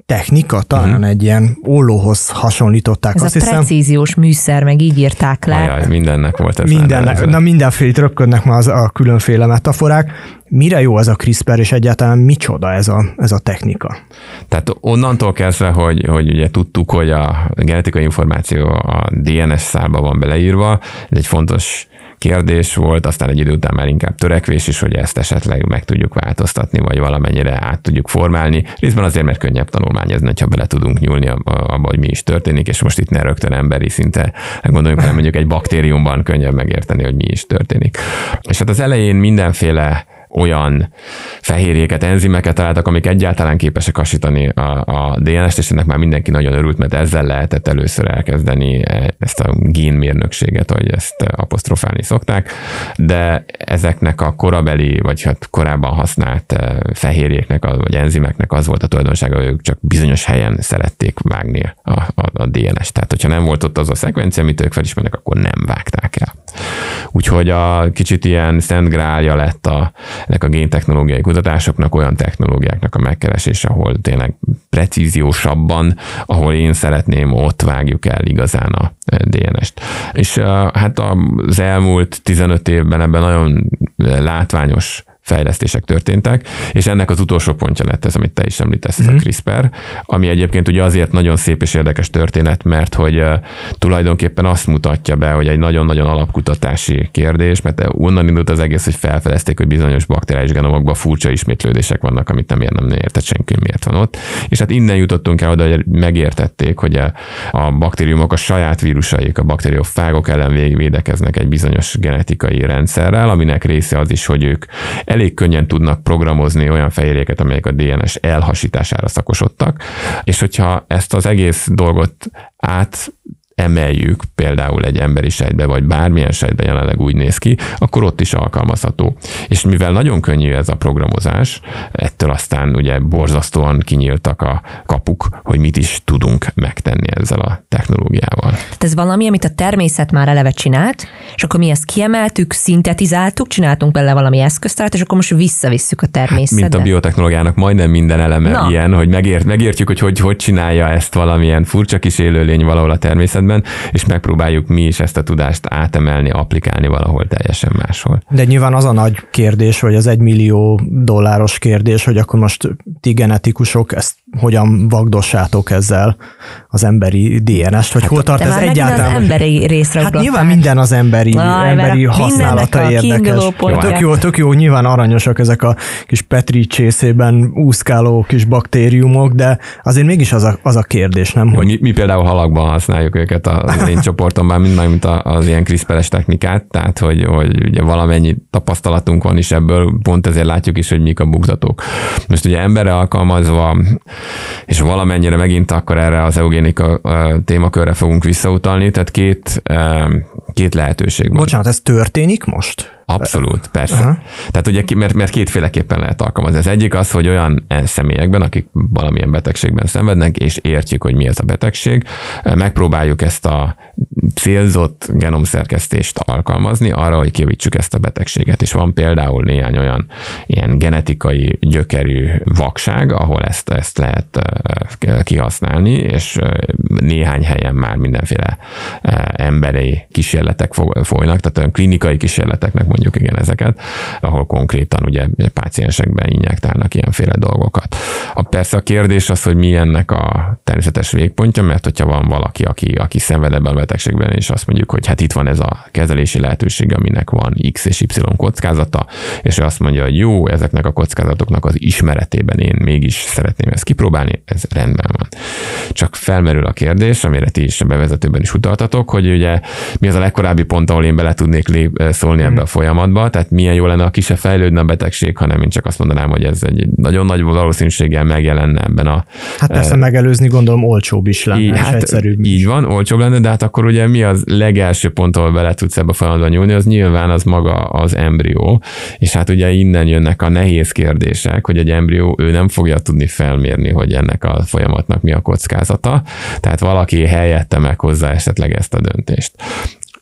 S1: technika, talán egy ilyen ollóhoz hasonlították.
S2: Ez azt a precíziós műszer, meg így írták le.
S3: Ajaj, mindennek volt ez.
S1: Mindenféle röpködnek már a különféle metaforák. Mire jó ez a CRISPR, és egyáltalán micsoda ez a technika?
S3: Tehát onnantól kezdve, hogy ugye tudtuk, hogy a genetikai információ a DNS szálba van beleírva, ez egy fontos kérdés volt, aztán egy idő után már inkább törekvés is, hogy ezt esetleg meg tudjuk változtatni, vagy valamennyire át tudjuk formálni. Részben azért, mert könnyebb tanulmányozni, ha bele tudunk nyúlni abba, hogy mi is történik, és most itt ne rögtön emberi szinte gondoljunk, hanem mondjuk egy baktériumban könnyebb megérteni, hogy mi is történik. És hát az elején mindenféle olyan fehérjéket, enzimeket találtak, amik egyáltalán képesek hasítani a DNS-t, és ennek már mindenki nagyon örült, mert ezzel lehetett először elkezdeni ezt a génmérnökséget, ahogy ezt apostrofálni szokták, de ezeknek a korabeli, vagy hát korábban használt fehérjéknek, vagy enzimeknek az volt a tulajdonsága, hogy ők csak bizonyos helyen szerették vágni a DNS-t. Tehát, hogyha nem volt ott az a szekvencia, amit ők felismernek, akkor nem vágták el. Úgyhogy a kicsit ilyen szent grálja lett ennek a géntechnológiai kutatásoknak, olyan technológiáknak a megkeresése, ahol tényleg precíziósabban, ahol én szeretném, ott vágjuk el igazán a DNS-t. És hát az elmúlt 15 évben ebben nagyon látványos fejlesztések történtek, és ennek az utolsó pontja lett ez, amit te is említesz, ez a CRISPR, ami egyébként ugye azért nagyon szép és érdekes történet, mert hogy tulajdonképpen azt mutatja be, hogy egy nagyon-nagyon alapkutatási kérdés, mert onnan indult az egész, hogy felfedezték, hogy bizonyos bakteriális genomokban furcsa ismétlődések vannak, amit nem értett senki, miért van ott. És hát innen jutottunk el oda, hogy megértették, hogy a baktériumok, a saját vírusaik, a bakteriofágok ellen védekeznek egy bizonyos genetikai rendszerrel, aminek része az is, hogy ők elég könnyen tudnak programozni olyan fehérjéket, amelyek a DNS elhasítására szakosodtak, és hogyha ezt az egész dolgot emeljük például egy emberi sejtbe, vagy bármilyen sejtbe jelenleg úgy néz ki, akkor ott is alkalmazható. És mivel nagyon könnyű ez a programozás, ettől aztán ugye borzasztóan kinyíltak a kapuk, hogy mit is tudunk megtenni ezzel a technológiával.
S2: Tehát ez valami, amit a természet már eleve csinált, és akkor mi ezt kiemeltük, szintetizáltuk, csináltunk bele valami eszköztárat, és akkor most visszavisszük a természetbe.
S3: Mint a biotechnológiának majdnem minden eleme ilyen, hogy megértjük, hogy csinálja ezt valamilyen furcsa kis élőlény valahol a természetben, és megpróbáljuk mi is ezt a tudást átemelni, applikálni valahol teljesen máshol.
S1: De nyilván az a nagy kérdés, vagy az $1 millió kérdés, hogy akkor most ti genetikusok ezt hogyan vagdossátok ezzel az emberi DNS-t, vagy hol tart ez egyáltalán?
S2: Az emberi részre
S1: hát nyilván minden az emberi használata érdekes. Tök jó, nyilván aranyosak ezek a kis Petri csészében úszkáló kis baktériumok, de azért mégis az a kérdés, nem?
S3: Hogy... Mi például halakban használjuk őket az én csoportomban, mint az ilyen CRISPR-es technikát, tehát hogy ugye valamennyi tapasztalatunk van is ebből, pont ezért látjuk is, hogy mik a buktatók. Most ugye emberre alkalmazva, és valamennyire megint akkor erre az eugénika témakörre fogunk visszautalni, tehát két lehetőség van.
S1: Bocsánat, ez történik most?
S3: Abszolút, persze. Tehát ugye, mert kétféleképpen lehet alkalmazni. Az egyik az, hogy olyan személyekben, akik valamilyen betegségben szenvednek, és értjük, hogy mi ez a betegség, megpróbáljuk ezt a célzott genomszerkesztést alkalmazni arra, hogy kijavítsuk ezt a betegséget. És van például néhány olyan ilyen genetikai gyökerű vakság, ahol ezt lehet kihasználni, és néhány helyen már mindenféle emberi kísérletek folynak, tehát olyan klinikai kísérleteknek mondjuk igen ezeket, ahol konkrétan ugye páciensekben injektálnak ilyenféle dolgokat. Persze a kérdés az, hogy mi ennek a természetes végpontja, mert hogyha van valaki, aki szenved ebben a betegségben, és azt mondjuk, hogy hát itt van ez a kezelési lehetőség, aminek van X és Y kockázata, és ő azt mondja, hogy jó, ezeknek a kockázatoknak az ismeretében én mégis szeretném ezt kipróbálni, ez rendben van. Csak felmerül a kérdés, amire ti is a bevezetőben is utaltatok, hogy ugye mi az a legkorábbi pont, ahol én bele tudnék szólni ebbe a folyamatba, tehát milyen jó lenne, ha ki se fejlődne a betegség, hanem én csak azt mondanám, hogy ez egy nagyon nagy valószínűséggel megjelenne ebben a... Hát
S1: persze megelőzni gondolom olcsóbb is lenne, és egyszerűbb.
S3: Így van, olcsóbb lenne, de hát akkor ugye mi az legelső pont, ahol bele tudsz ebbe a folyamatba nyúlni, az nyilván az maga az embrió, és hát ugye innen jönnek a nehéz kérdések, hogy egy embrió ő nem fogja tudni felmérni, hogy ennek a folyamatnak mi a kockázata, tehát valaki helyette meg hozzá esetleg ezt a döntést.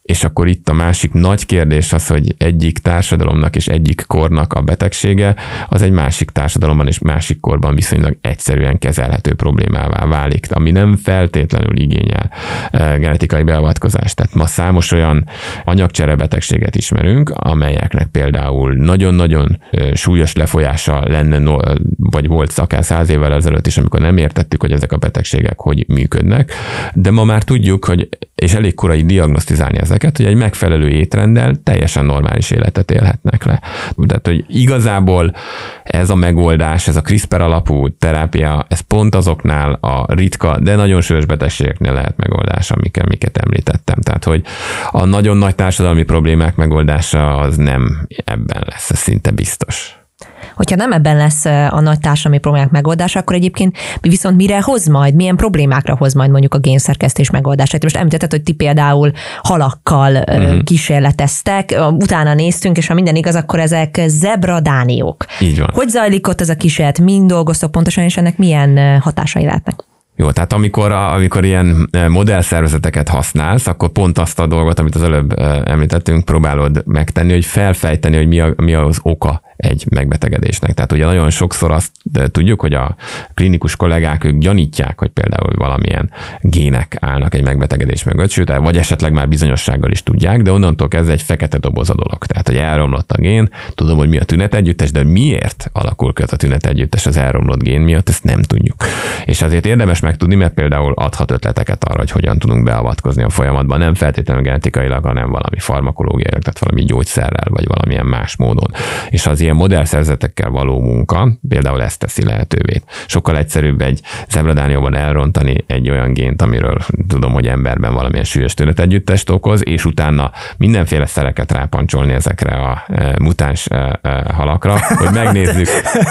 S3: És akkor itt a másik nagy kérdés az, hogy egyik társadalomnak és egyik kornak a betegsége, az egy másik társadalomban és másik korban viszonylag egyszerűen kezelhető problémává válik, ami nem feltétlenül igényel genetikai beavatkozást. Tehát ma számos olyan anyagcsere betegséget ismerünk, amelyeknek például nagyon-nagyon súlyos lefolyása lenne, vagy volt akár 100 évvel ezelőtt is, amikor nem értettük, hogy ezek a betegségek hogy működnek, de ma már tudjuk, hogy, és elég korai diagnosztizálni ezeket, hogy egy megfelelő étrenddel teljesen normális életet élhetnek le. Tehát, hogy igazából ez a megoldás, ez a CRISPR alapú terápia, ez pont azoknál a ritka, de nagyon súlyos betegségeknél lehet megoldás, amiket említettem. Tehát, hogy a nagyon nagy társadalmi problémák megoldása az nem ebben lesz, ez szinte biztos.
S2: Hogyha nem ebben lesz a nagy társadalmi problémák megoldása, akkor egyébként viszont mire hoz majd, milyen problémákra hoz majd mondjuk a génszerkesztés megoldását? Most említetted, hogy ti például halakkal kísérleteztek, utána néztünk, és ha minden igaz, akkor ezek zebradániok.
S3: Így van.
S2: Hogy zajlik ott ez a kísérlet, mind dolgoztok pontosan, és ennek milyen hatásai lehetnek?
S3: Jó, tehát amikor ilyen modellszervezeteket használsz, akkor pont azt a dolgot, amit az előbb említettünk, próbálod megtenni, hogy felfejteni, hogy mi az oka egy megbetegedésnek. Tehát ugye nagyon sokszor azt tudjuk, hogy a klinikus kollégák, ők gyanítják, hogy például valamilyen gének állnak egy megbetegedés mögött, sőt, vagy esetleg már bizonyossággal is tudják, de onnantól kezdve egy fekete doboz a dolog. Tehát, hogy elromlott a gén, tudom, hogy mi a tünetegyüttes, de miért alakul ki a tünetegyüttes az elromlott gén miatt, ezt nem tudjuk. És azért érdemes megtudni, mert például adhat ötleteket arra, hogy hogyan tudunk beavatkozni a folyamatban, nem feltétlenül genetikailag, hanem valami farmakológiailag, tehát valami gyógyszerrel, vagy valamilyen más módon. És az ilyen modellszervezetekkel való munka például ezt teszi lehetővé. Sokkal egyszerűbb egy zebradánióban elrontani egy olyan gént, amiről tudom, hogy emberben valamilyen súlyos tünetegyüttest okoz, és utána mindenféle szereket rápancsolni ezekre a mutáns halakra, hogy megnézzük,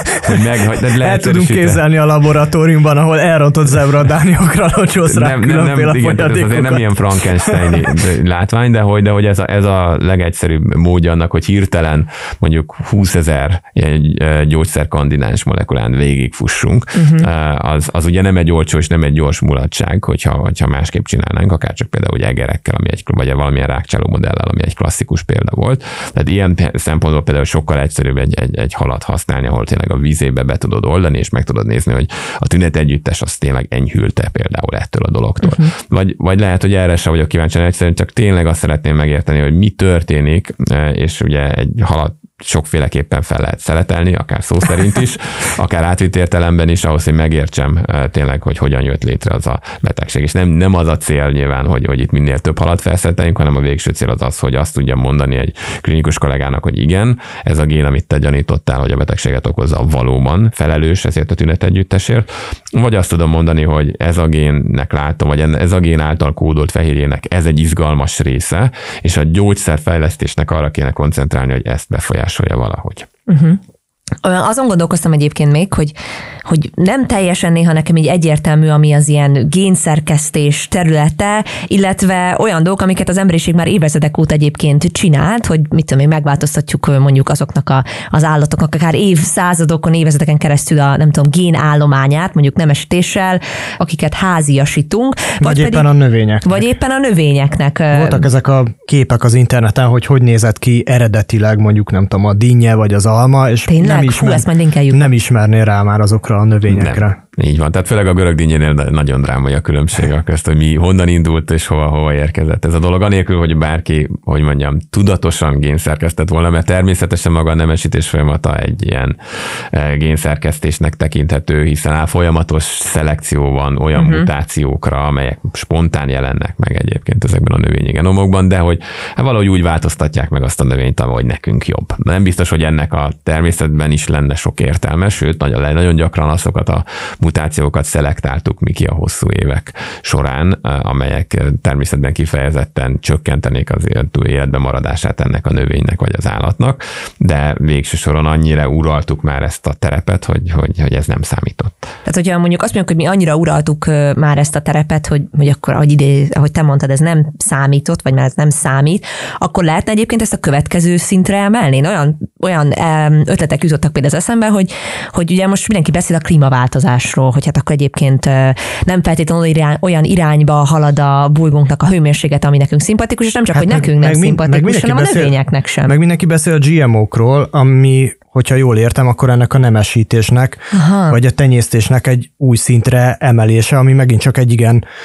S3: hogy
S1: el tudunk képzelni a laboratóriumban, ahol elrontott zebradániokra locsolsz rá különféle folyadékokat.
S3: Ez azért nem ilyen Frankensteini látvány, de hogy ez a legegyszerűbb módja annak, hogy hirtelen mondjuk 20 000 ilyen gyógyszerkandidáns molekulán végigfussunk. Az ugye nem egy olcsó és nem egy gyors mulatság, hogyha másképp csinálnánk, akár csak például egerekkel, vagy valamilyen rákcsáló modellel, ami egy klasszikus példa volt. Tehát ilyen szempontból például sokkal egyszerűbb egy halat használni, ahol tényleg a vízébe be tudod oldani, és meg tudod nézni, hogy a tünetegyüttes az tényleg enyhülte például ettől a dologtól. Vagy lehet, hogy erre sem vagyok kíváncsi, egyszerűen csak tényleg azt szeretném megérteni, hogy mi történik, és ugye egy halat sokféleképpen fel lehet szeletelni, akár szó szerint is, akár átvitt értelemben is, ahhoz, hogy megértsem tényleg, hogy hogyan jött létre az a betegség. És nem az a cél nyilván, hogy itt minél több halat felszeleteljünk, hanem a végső cél az, hogy azt tudjam mondani egy klinikus kollégának, hogy igen, ez a gén, amit te gyanítottál, hogy a betegséget okozza, valóban felelős ezért a tünetegyüttesért, vagy azt tudom mondani, hogy ez a génnek látom, vagy ez a gén által kódolt fehérjének ez egy izgalmas része, és a gyógyszerfejlesztésnek arra kéne koncentrálni, hogy ezt befolyásolja valahogy.
S2: Azon gondolkoztam egyébként még, hogy nem teljesen néha nekem így egyértelmű, ami az ilyen génszerkesztés területe, illetve olyan dolgok, amiket az emberiség már évezredek óta egyébként csinált, hogy mit tudom én, megváltoztatjuk mondjuk azoknak az állatoknak akár évszázadokon, évezredeken keresztül a nem tudom, génállományát, mondjuk nemesítéssel, akiket háziasítunk.
S1: Vagy éppen a növényeknek.
S2: Vagy éppen a növényeknek.
S1: Voltak ezek a képek az interneten, hogy nézett ki eredetileg mondjuk nem tudom, a dinnye vagy az alma, és nem ismerné rá már azokra a növényekre.
S3: Nem. Így van, tehát főleg a görög dinnyénél nagyon drámai a különbség a közt, hogy mi honnan indult és hova érkezett ez a dolog. Anélkül, hogy bárki, hogy mondjam, tudatosan génszerkesztett volna, mert természetesen maga a nemesítés folyamata egy ilyen génszerkesztésnek tekinthető, hiszen áll folyamatos szelekció van olyan mutációkra, amelyek spontán jelennek meg egyébként ezekben a növényi genomokban, de hogy valahogy úgy változtatják meg azt a növényt, ahogy nekünk jobb. Nem biztos, hogy ennek a természetben is lenne sok értelme, sőt, nagyon gyakran azokat a mutációkat szelektáltuk mi ki a hosszú évek során, amelyek természetben kifejezetten csökkentenék az életben maradását ennek a növénynek vagy az állatnak, de végső soron annyira uraltuk már ezt a terepet, hogy ez nem számított.
S2: Tehát, hogyha mondjuk azt mondjuk, hogy mi annyira uraltuk már ezt a terepet, hogy akkor, ahogy te mondtad, ez nem számított, vagy már ez nem számít, akkor lehetne egyébként ezt a következő szintre emelni? Olyan ötletek jutottak például az eszembe, hogy ugye most mindenki beszél a klímaváltozásról. kutatásról, hogy hát akkor egyébként nem feltétlenül olyan irányba halad a bolygónknak a hőmérséklet, ami nekünk szimpatikus, és nem csak, hát hogy nekünk nem szimpatikus, hanem a növényeknek sem.
S1: Meg mindenki beszél a GMO-król, ami, hogyha jól értem, akkor ennek a nemesítésnek, vagy a tenyésztésnek egy új szintre emelése, ami megint csak egy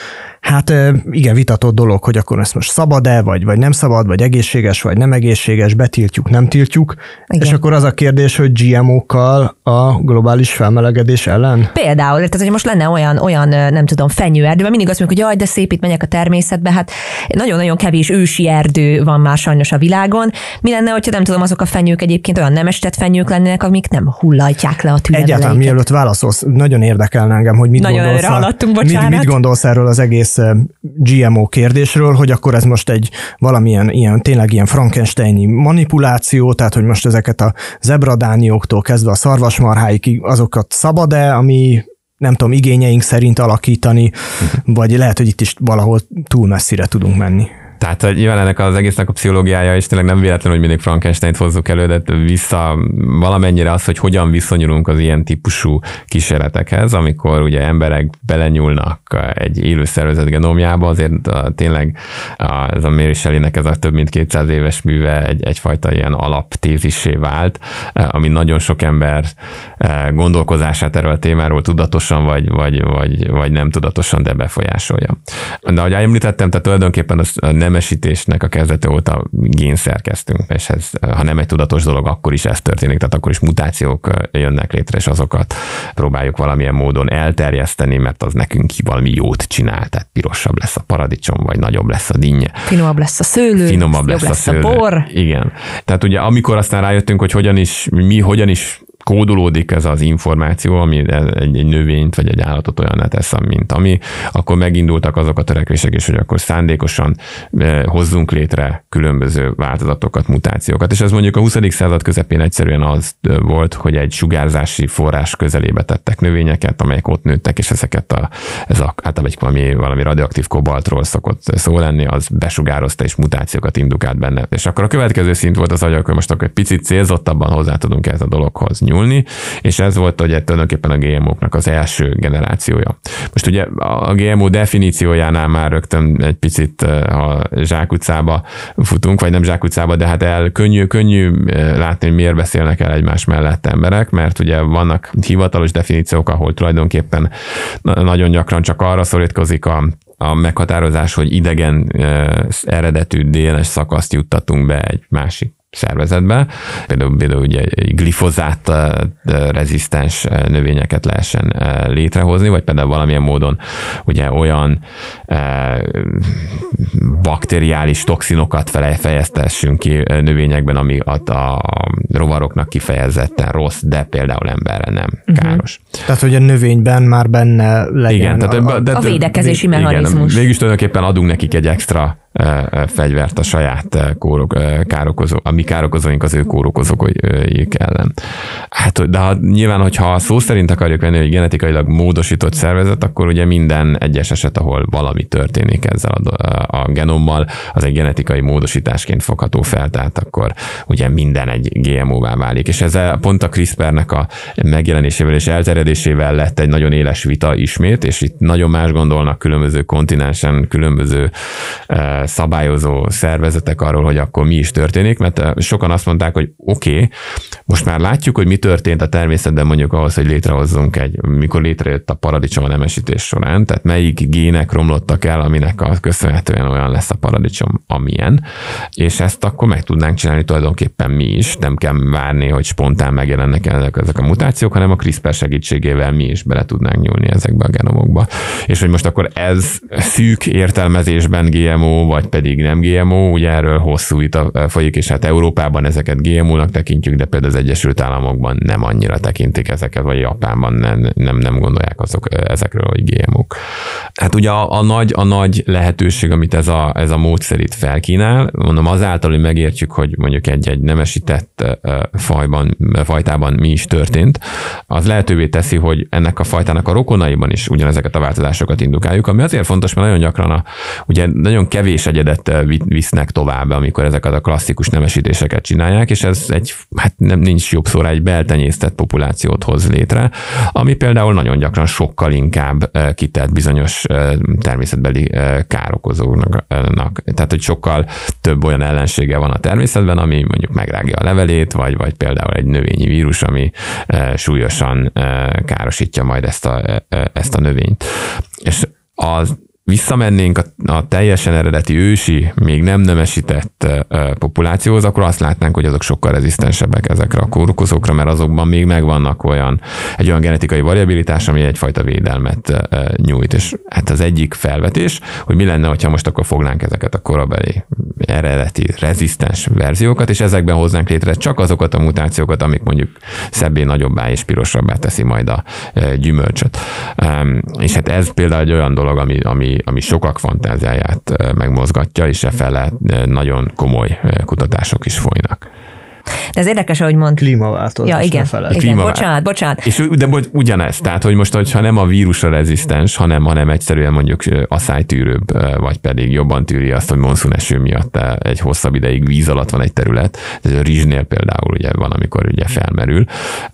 S1: igen, vitatott dolog, hogy akkor ezt most szabad-e, vagy nem szabad, vagy egészséges, vagy nem egészséges, betiltjuk, nem tiltjuk. Igen. És akkor az a kérdés, hogy GMO-kkal a globális felmelegedés ellen?
S2: Például, tehát hogy most lenne olyan nem tudom, fenyőerdő, mert mindig azt mondjuk, hogy jaj, de szép, itt megyek a természetbe, hát nagyon-nagyon kevés ősi erdő van már sajnos a világon. Mi lenne, hogyha nem tudom, azok a fenyők egyébként olyan nemesített fenyők lennének, amik nem hullajtják le a tűleveleiket?
S1: Egyáltalán mielőtt válaszolsz, nagyon érdekelne engem, hogy mit gondolsz erről az egész GMO kérdésről, hogy akkor ez most egy valamilyen tényleg ilyen Frankensteini manipuláció, tehát hogy most ezeket a zebradánióktól kezdve a szarvasmarháig azokat szabad-e, ami nem tudom, igényeink szerint alakítani, vagy lehet, hogy itt is valahol túl messzire tudunk menni.
S3: Tehát nyilván ennek az egésznek a pszichológiája is tényleg nem véletlen, hogy mindig Frankensteint hozzuk elő, de vissza valamennyire az, hogy hogyan viszonyulunk az ilyen típusú kísérletekhez, amikor ugye emberek belenyúlnak egy élő szervezet genomjába, azért tényleg ez a Mary Shelleynek ez a több mint 200 éves műve egyfajta ilyen alaptézissé vált, ami nagyon sok ember gondolkozását erről a témáról tudatosan vagy nem tudatosan, de befolyásolja. De ahogy említettem, tehát tulajdonképpen a nemesítésnek a kezdete óta génszerkeztünk, és ez, ha nem egy tudatos dolog, akkor is ez történik, tehát akkor is mutációk jönnek létre, és azokat próbáljuk valamilyen módon elterjeszteni, mert az nekünk valami jót csinál, tehát pirosabb lesz a paradicsom, vagy nagyobb lesz a dinnye.
S2: Finomabb lesz a szőlő, jobb lesz a bor.
S3: Igen. Tehát ugye amikor aztán rájöttünk, hogy hogyan is kódolódik ez az információ, ami egy növényt vagy egy állatot olyan tesz, mint ami, akkor megindultak azok a törekvések is, hogy akkor szándékosan hozzunk létre különböző változatokat, mutációkat. És ez mondjuk a 20. század közepén egyszerűen az volt, hogy egy sugárzási forrás közelébe tettek növényeket, amelyek ott nőttek, és általában valami radioaktív kobaltról szokott szó lenni, az besugározta és mutációkat indukált benne. És akkor a következő szint volt az, hogy akkor most akkor egy picit célzottabban hozzá tudunk ez a dologhoz nyúlni, és ez volt ugye tulajdonképpen a GMO-knak az első generációja. Most ugye a GMO definíciójánál már rögtön egy picit a zsákutcába futunk, vagy nem zsákutcába, de hát könnyű látni, hogy miért beszélnek el egymás mellett emberek, mert ugye vannak hivatalos definíciók, ahol tulajdonképpen nagyon gyakran csak arra szorítkozik a meghatározás, hogy idegen eredetű DNS szakaszt juttatunk be egy másik szervezetbe, például ugye glifozát rezisztens növényeket lehessen létrehozni, vagy például valamilyen módon ugye olyan bakteriális toxinokat fejeztessünk ki növényekben, ami a rovaroknak kifejezetten rossz, de például emberre nem káros.
S1: Tehát, hogy a növényben már benne legyen
S2: igen, a védekezési mechanizmus.
S3: Mégis tulajdonképpen adunk nekik egy extra fegyvert a saját károkozó, a mi károkozóink az ő kórokozóik ellen. Hát, de nyilván, hogyha szó szerint akarjuk venni, hogy genetikailag módosított szervezet, akkor ugye minden egyes eset, ahol valami történik ezzel a genommal, az egy genetikai módosításként fogható fel, tehát akkor ugye minden egy GMO-vá válik. És ezzel pont a CRISPR-nek a megjelenésével és elterjedésével lett egy nagyon éles vita ismét, és itt nagyon más gondolnak különböző kontinensen, különböző szabályozó szervezetek arról, hogy akkor mi is történik, mert sokan azt mondták, hogy oké, most már látjuk, hogy mi történt a természetben mondjuk ahhoz, hogy létrehozzunk mikor létrejött a paradicsom a nemesítés során, tehát melyik gének romlottak el, aminek köszönhetően olyan lesz a paradicsom, amilyen, és ezt akkor meg tudnánk csinálni tulajdonképpen mi is, nem kell várni, hogy spontán megjelennek ezek a mutációk, hanem a CRISPR segítségével mi is bele tudnánk nyúlni ezekbe a genomokba. És hogy most akkor ez szűk értelmezésben GMO, vagy pedig nem GMO, ugye erről hosszú vita folyik, és hát Európában ezeket GMO-nak tekintjük, de például az Egyesült Államokban nem annyira tekintik ezeket, vagy Japánban nem gondolják ezekről, hogy GMO-k. Hát ugye a nagy lehetőség, amit ez a módszer itt felkínál, mondom azáltal, hogy megértjük, hogy mondjuk egy nemesített fajtában mi is történt, az lehetővé teszi, hogy ennek a fajtának a rokonaiban is ugyanezeket a változásokat indukáljuk, ami azért fontos, mert nagyon gyakran ugye nagyon kevés kevés egyedet visznek tovább, amikor ezeket a klasszikus nemesítéseket csinálják, és ez nincs jobb szóra, egy beltenyésztett populációt hoz létre, ami például nagyon gyakran sokkal inkább kitett bizonyos természetbeli károkozóknak. Tehát, hogy sokkal több olyan ellensége van a természetben, ami mondjuk megrágja a levelét, vagy például egy növényi vírus, ami súlyosan károsítja majd ezt a növényt. És visszamennénk a teljesen eredeti ősi, még nem nemesített populációhoz, akkor azt látnánk, hogy azok sokkal rezisztensebbek ezekre a kórokozókra, mert azokban még megvannak egy olyan genetikai variabilitás, ami egyfajta védelmet nyújt. És hát az egyik felvetés, hogy mi lenne, ha most akkor fognánk ezeket a korabeli eredeti rezisztens verziókat, és ezekben hoznánk létre csak azokat a mutációkat, amik mondjuk szebbé, nagyobbá és pirosabbá teszi majd a gyümölcsöt. És hát ez például egy olyan dolog, ami sokak fantáziáját megmozgatja, és efele nagyon komoly kutatások is folynak.
S2: De ez érdekes, ahogy mond.
S1: Klímaváltozás.
S2: Ja, igen. Bocsánat.
S3: De ugyanez, tehát, hogy most, hogyha nem a vírusra rezisztens, hanem egyszerűen mondjuk asszálytűrőbb, vagy pedig jobban tűri azt, hogy monszúneső miatt egy hosszabb ideig víz alatt van egy terület, ez a rizsnél például ugye van, amikor ugye felmerül,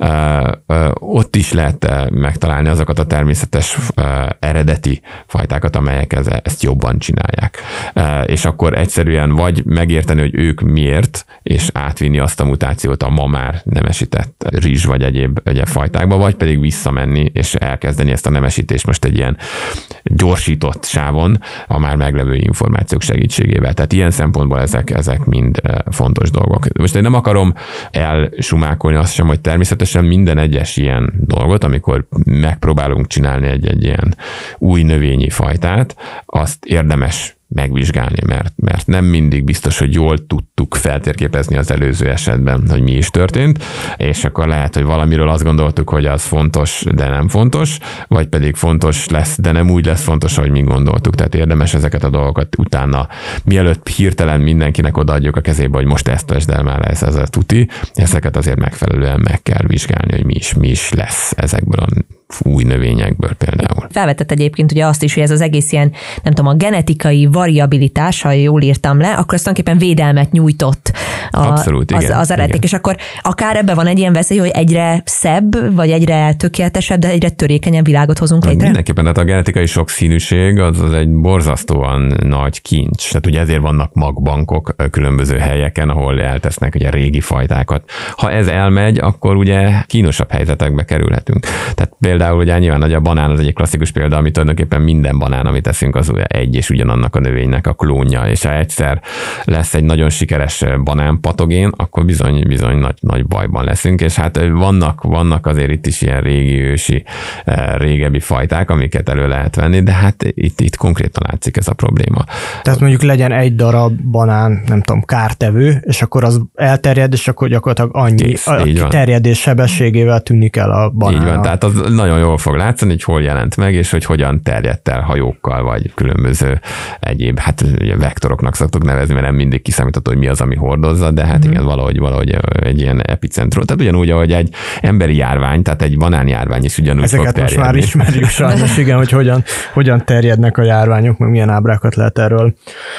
S3: ott is lehet megtalálni azokat a természetes eredeti fajtákat, amelyek ezt jobban csinálják. És akkor egyszerűen vagy megérteni, hogy ők miért, és átvinni azt a mutációt a ma már nemesített rizs vagy egyéb fajtákba, vagy pedig visszamenni és elkezdeni ezt a nemesítést most egy ilyen gyorsított sávon a már meglevő információk segítségével. Tehát ilyen szempontból ezek mind fontos dolgok. Most én nem akarom elsumákolni azt sem, hogy természetesen minden egyes ilyen dolgot, amikor megpróbálunk csinálni egy ilyen új növényi fajtát, azt érdemes megvizsgálni, mert nem mindig biztos, hogy jól tudtuk feltérképezni az előző esetben, hogy mi is történt, és akkor lehet, hogy valamiről azt gondoltuk, hogy az fontos, de nem fontos, vagy pedig fontos lesz, de nem úgy lesz fontos, ahogy mi gondoltuk. Tehát érdemes ezeket a dolgokat utána, mielőtt hirtelen mindenkinek odaadjuk a kezébe, hogy most ezt vesd el már, ez a tuti, ezeket azért megfelelően meg kell vizsgálni, hogy mi is lesz ezekből a új növényekből például.
S2: Felvetett egyébként ugye azt is, hogy ez az egész ilyen, nem tudom, a genetikai variabilitás, ha jól írtam le, akkor azt tulajdonképpen védelmet nyújtott
S3: Abszolút,
S2: az eredetnek. És akkor akár ebben van egy ilyen veszély, hogy egyre szebb, vagy egyre tökéletesebb, de egyre törékenyebb világot hozunk létre?
S3: Mindenképpen, tehát a genetikai sokszínűség az egy borzasztóan nagy kincs. Tehát ugye ezért vannak magbankok különböző helyeken, ahol eltesznek ugye régi fajtákat. Ha ez elmegy, akkor ugye kínosabb helyzetekbe kerülhetünk. Tehát például ugye nyilván a banán az egyik klasszikus példa, ami tulajdonképpen minden banán, amit eszünk, az egy és ugyanannak a növénynek a klónja, és ha egyszer lesz egy nagyon sikeres banánpatogén, akkor bizony nagy bajban leszünk, és hát vannak azért itt is ilyen régi ősi, régebbi fajták, amiket elő lehet venni, de hát itt konkrétan látszik ez a probléma.
S1: Tehát mondjuk legyen egy darab banán, nem tudom, kártevő, és akkor az elterjed, és akkor gyakorlatilag annyi terjedés sebességével tűnik el a banán.
S3: Így van, tehát az nagyon jól fog látszani, hogy hol jelent meg, és hogy hogyan terjedt el hajókkal, vagy különböző egyéb, hát vektoroknak szoktuk nevezni, mert nem mindig kiszámítható, hogy mi az, ami hordozza, de hát igen, valahogy egy ilyen epicentrum. Tehát ugyanúgy, ahogy egy emberi járvány, tehát egy banánjárvány is ugyanúgy
S1: ezeket
S3: fog terjedni.
S1: Ezeket most már ismerjük sajnos, igen, hogy hogyan terjednek a járványok, meg milyen ábrákat lehet erről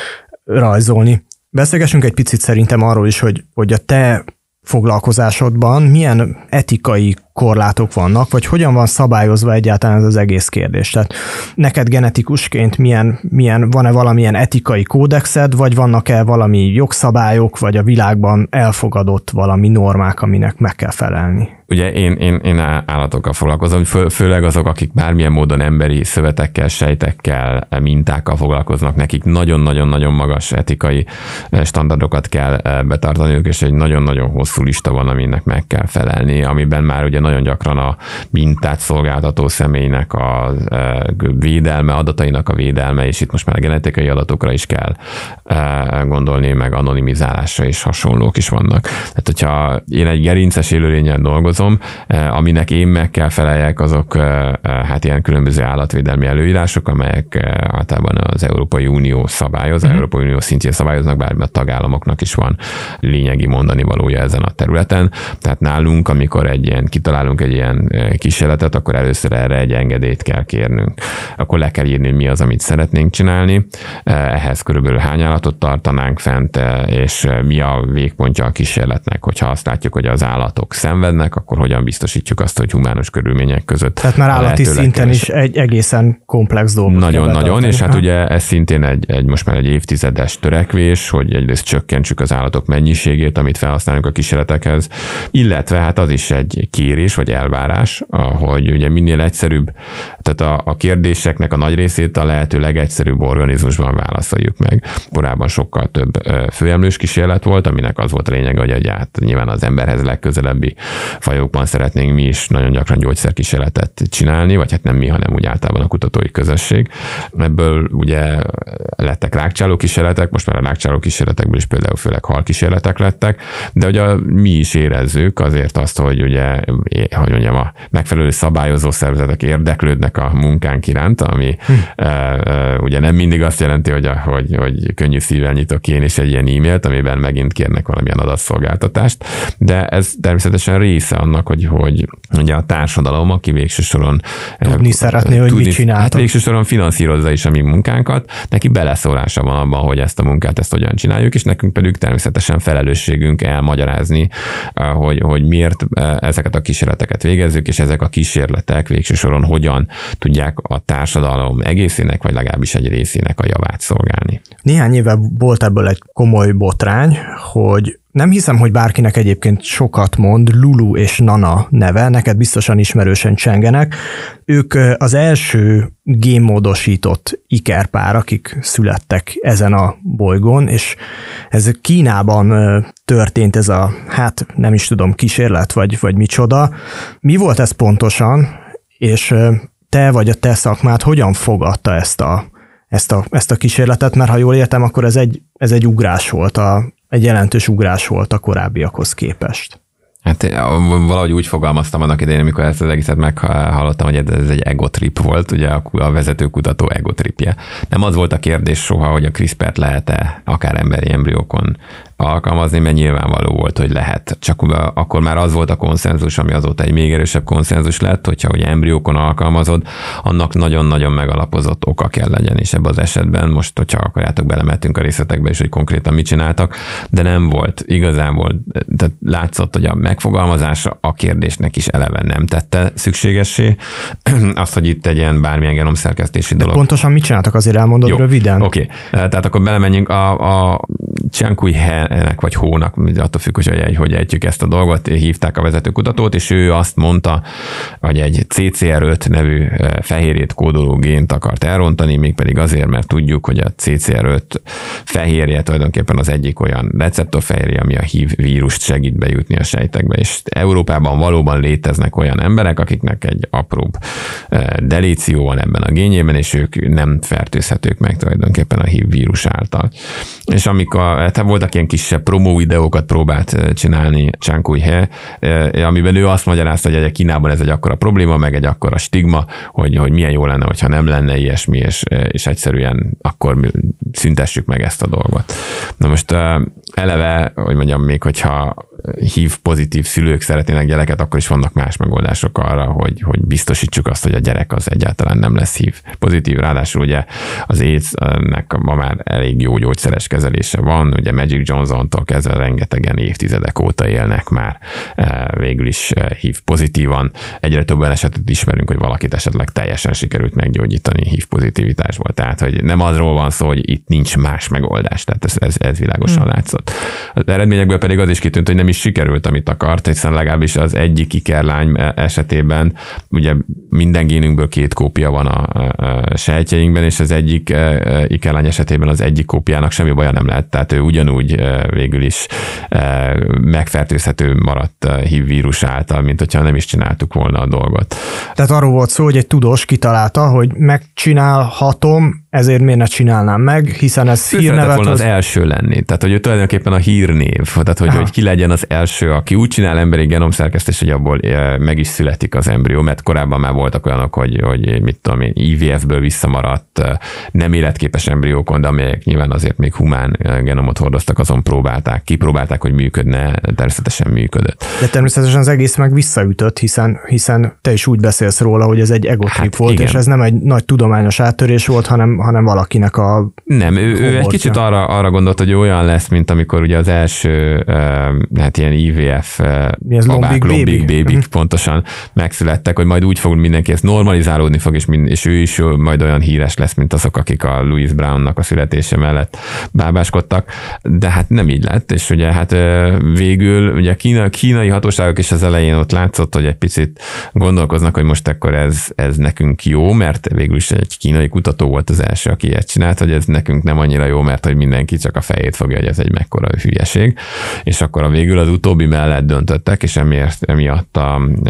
S1: rajzolni. Beszélgessünk egy picit szerintem arról is, hogy a te foglalkozásodban milyen etikai korlátok vannak, vagy hogyan van szabályozva egyáltalán ez az egész kérdés. Tehát neked genetikusként van-e valamilyen etikai kódexed, vagy vannak-e valami jogszabályok, vagy a világban elfogadott valami normák, aminek meg kell felelni?
S3: Ugye én állatokkal foglalkozom, főleg azok, akik bármilyen módon emberi szövetekkel, sejtekkel, mintákkal foglalkoznak, nekik nagyon-nagyon-nagyon magas etikai standardokat kell betartaniuk, és egy nagyon-nagyon hosszú lista van, aminek meg kell felelni, amiben már ugye nagyon gyakran a mintát szolgáltató személynek a védelme, adatainak a védelme, és itt most már a genetikai adatokra is kell gondolni, meg anonimizálásra és hasonlók is vannak. Tehát, hogyha én egy gerinces élőlényen dolgozom, aminek én meg kell feleljek, azok hát ilyen különböző állatvédelmi előírások, amelyek általában az Európai Unió szabályoz, az Európai Unió szintjén szabályoznak, bár a tagállamoknak is van lényegi mondani valója ezen a területen. Tehát nálunk, amikor egy ilyen találunk egy ilyen kísérletet, akkor először erre egy engedélyt kell kérnünk. Akkor le kell írni, hogy mi az, amit szeretnénk csinálni, ehhez körülbelül hány állatot tartanánk fent, és mi a végpontja a kísérletnek. Hogyha azt látjuk, hogy az állatok szenvednek, akkor hogyan biztosítjuk azt, hogy humánus körülmények között.
S1: Tehát már állati szinten is egy egészen komplex dolog.
S3: Nagyon, és hát ugye ez szintén most már egy évtizedes törekvés, hogy egyrészt csökkentsük az állatok mennyiségét, amit felhasználunk a kísérletekhez, illetve hát az is egy kérés vagy elvárás, hogy ugye minél egyszerűbb, tehát a kérdéseknek a nagy részét a lehető legegyszerűbb organizmusban válaszoljuk meg. Korábban sokkal több főemlős kísérlet volt, aminek az volt a lényege, hogy hát nyilván az emberhez legközelebbi fajokban szeretnénk mi is nagyon gyakran gyógyszerkísérletet csinálni, vagy hát nem mi, hanem úgy általában a kutatói közösség. Ebből ugye lettek rákcsáló kísérletek, most már a rákcsáló kísérletekből is például főleg halkísérletek lettek, de ugye mi is érezzük azért azt, hogy ugye, hogy mondjam, a megfelelő szabályozó szervezetek érdeklődnek a munkánk iránt, ami ugye nem mindig azt jelenti, hogy könnyű szívvel nyitok én is egy ilyen e-mailt, amiben megint kérnek valamilyen adatszolgáltatást, de ez természetesen része annak, hogy ugye a társadalom, aki végső soron
S1: tudni szeretné, hogy mit csináltak.
S3: Hát végső soron finanszírozza is a mi munkánkat, neki beleszólása van abban, hogy ezt a munkát, ezt hogyan csináljuk, és nekünk pedig természetesen felelősségünk elmagyarázni, hogy miért ezeket a kísérleteket végezzük, és ezek a kísérletek végső soron hogyan tudják a társadalom egészének, vagy legalábbis egy részének a javát szolgálni.
S1: Néhány éve volt ebből egy komoly botrány, hogy nem hiszem, hogy bárkinek egyébként sokat mond Lulu és Nana neve, neked biztosan ismerősen csengenek. Ők az első génmódosított ikerpár, akik születtek ezen a bolygón, és ez Kínában történt ez a, hát nem is tudom, kísérlet, vagy micsoda. Mi volt ez pontosan, és te vagy a te szakmád hogyan fogadta ezt a kísérletet, mert ha jól értem, akkor ez egy ugrás volt, egy jelentős ugrás volt a korábbiakhoz képest.
S3: Hát valahogy úgy fogalmaztam annak idején, amikor ezt az egészet meghallottam, hogy ez egy egotrip volt, ugye a vezetőkutató egotripje. Nem az volt a kérdés soha, hogy a CRISPR-t lehet-e akár emberi embriókon alkalmazni, mert nyilvánvaló volt, hogy lehet. Csak akkor már az volt a konszenzus, ami azóta egy még erősebb konszenzus lett, hogyha ugye embriókon alkalmazod, annak nagyon-nagyon megalapozott oka kell legyen, és ebben az esetben most, hogyha akarjátok, belemettünk a részletekbe is, hogy konkrétan mit csináltak, de nem volt igazából, tehát látszott, hogy a megfogalmazása a kérdésnek is eleve nem tette szükségessé. Azt, hogy itt egy ilyen bármilyen genomszerkesztési dolog.
S1: De pontosan mit csináltak, azért elmondod röviden?
S3: Oké. Tehát akkor belemenjünk a Chiang-Kui He-nek vagy Hónak, attól függ, hogy ejtjük ezt a dolgot, hívták a vezetőkutatót, és ő azt mondta, hogy egy CCR5 nevű fehérjét kódoló gént akart elrontani, mégpedig azért, mert tudjuk, hogy a CCR5 fehérje tulajdonképpen az egyik olyan receptorfehérje, ami a HIV vírust segít bejutni a sejtekbe, és Európában valóban léteznek olyan emberek, akiknek egy apróbb delíció van ebben a génjében, és ők nem fertőzhetők meg tulajdonképpen a HIV vírus által. És amikor voltak ilyen kisebb promó videókat próbált csinálni Chiang-Kui He, amiben ő azt magyarázta, hogy Kínában ez egy akkora probléma, meg egy akkora stigma, hogy milyen jó lenne, hogyha nem lenne ilyesmi, és egyszerűen akkor szüntessük meg ezt a dolgot. Na most eleve, hogy mondjam, még hogyha HIV pozitív szülők szeretnének gyereket, akkor is vannak más megoldások arra, hogy biztosítsuk azt, hogy a gyerek az egyáltalán nem lesz HIV pozitív. Ráadásul ugye az AIDS-nek ma már elég jó gyógyszeres kezelése van, ugye Magic Johnson-tól kezdve rengetegen évtizedek óta élnek már végül is HIV pozitívan. Egyre több esetet ismerünk, hogy valakit esetleg teljesen sikerült meggyógyítani HIV pozitivitásból. Tehát, hogy nem azról van szó, hogy itt nincs más megoldás. Tehát ez világosan látszott. Az eredményekből pedig az is kitűnt, hogy nem is sikerült, amit akart, hiszen legalábbis az egyik ikerlány esetében ugye minden génünkből 2 kópia van a sejtjeinkben, és az egyik ikerlány esetében az egyik kópiának semmi baja nem lett, tehát ő ugyanúgy végül is megfertőzhető maradt HIV vírus által, mint hogyha nem is csináltuk volna a dolgot.
S1: Tehát arról volt szó, hogy egy tudós kitalálta, hogy megcsinálhatom ezért miért ne csinálnám meg, hiszen ez
S3: hírnevet volna az első lenni. Tehát, hogy ő tulajdonképpen a hírnév. Tehát, hogy ki legyen az első, aki úgy csinál emberi genomszerkesztést, hogy abból meg is születik az embrió, mert korábban már voltak olyanok, hogy mit tudom én, IVF-ből visszamaradt nem életképes embriókon, de amelyek nyilván azért még humán genomot hordoztak, azon kipróbálták, hogy működne, természetesen működött.
S1: De természetesen az egész meg visszaütött, hiszen te is úgy beszélsz róla, hogy ez egy egotrip volt, igen. És ez nem egy nagy tudományos áttörés volt, hanem valakinek a...
S3: Nem, ő egy kicsit arra gondolt, hogy olyan lesz, mint amikor ugye az első ilyen IVF lombik bébik pontosan megszülettek, hogy majd úgy fog mindenki, ezt normalizálódni fog, és ő is majd olyan híres lesz, mint azok, akik a Louise Brownnak a születése mellett bábáskodtak, de hát nem így lett, és ugye hát végül ugye a kínai hatóságok is az elején ott látszott, hogy egy picit gondolkoznak, hogy most akkor ez nekünk jó, mert végül is egy kínai kutató volt az első, aki ilyet csinált, hogy ez nekünk nem annyira jó, mert hogy mindenki csak a fejét fogja, hogy ez egy mekkora hülyeség, és akkor a végül az utóbbi mellett döntöttek, és emiatt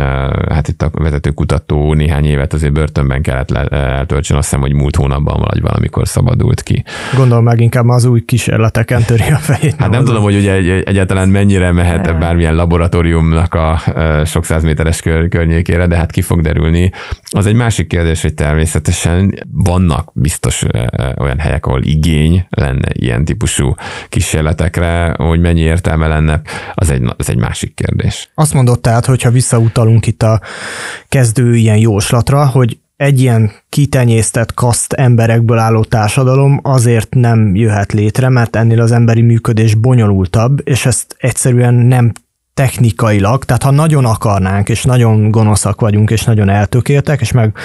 S3: hát itt a vezető kutató néhány évet azért börtönben kellett eltöltsön, azt hiszem, hogy múlt hónapban valamikor szabadult ki.
S1: Gondolom meg inkább az új kísérleteken töri a fejét.
S3: Hát nem tudom, hogy ugye egyáltalán mennyire mehet bármilyen laboratóriumnak a sok százméteres környékére, de hát ki fog derülni. Az egy másik kérdés, hogy természetesen vannak biztos olyan helyek, ahol igény lenne ilyen típusú kísérletekre, hogy mennyi értelme lenne, az egy másik kérdés.
S1: Azt mondott tehát, hogyha visszautalunk itt a kezdő ilyen jóslatra, hogy egy ilyen kitenyésztett kaszt emberekből álló társadalom azért nem jöhet létre, mert ennél az emberi működés bonyolultabb, és ezt egyszerűen nem technikailag, tehát ha nagyon akarnánk, és nagyon gonoszak vagyunk, és nagyon eltökéltek, és meg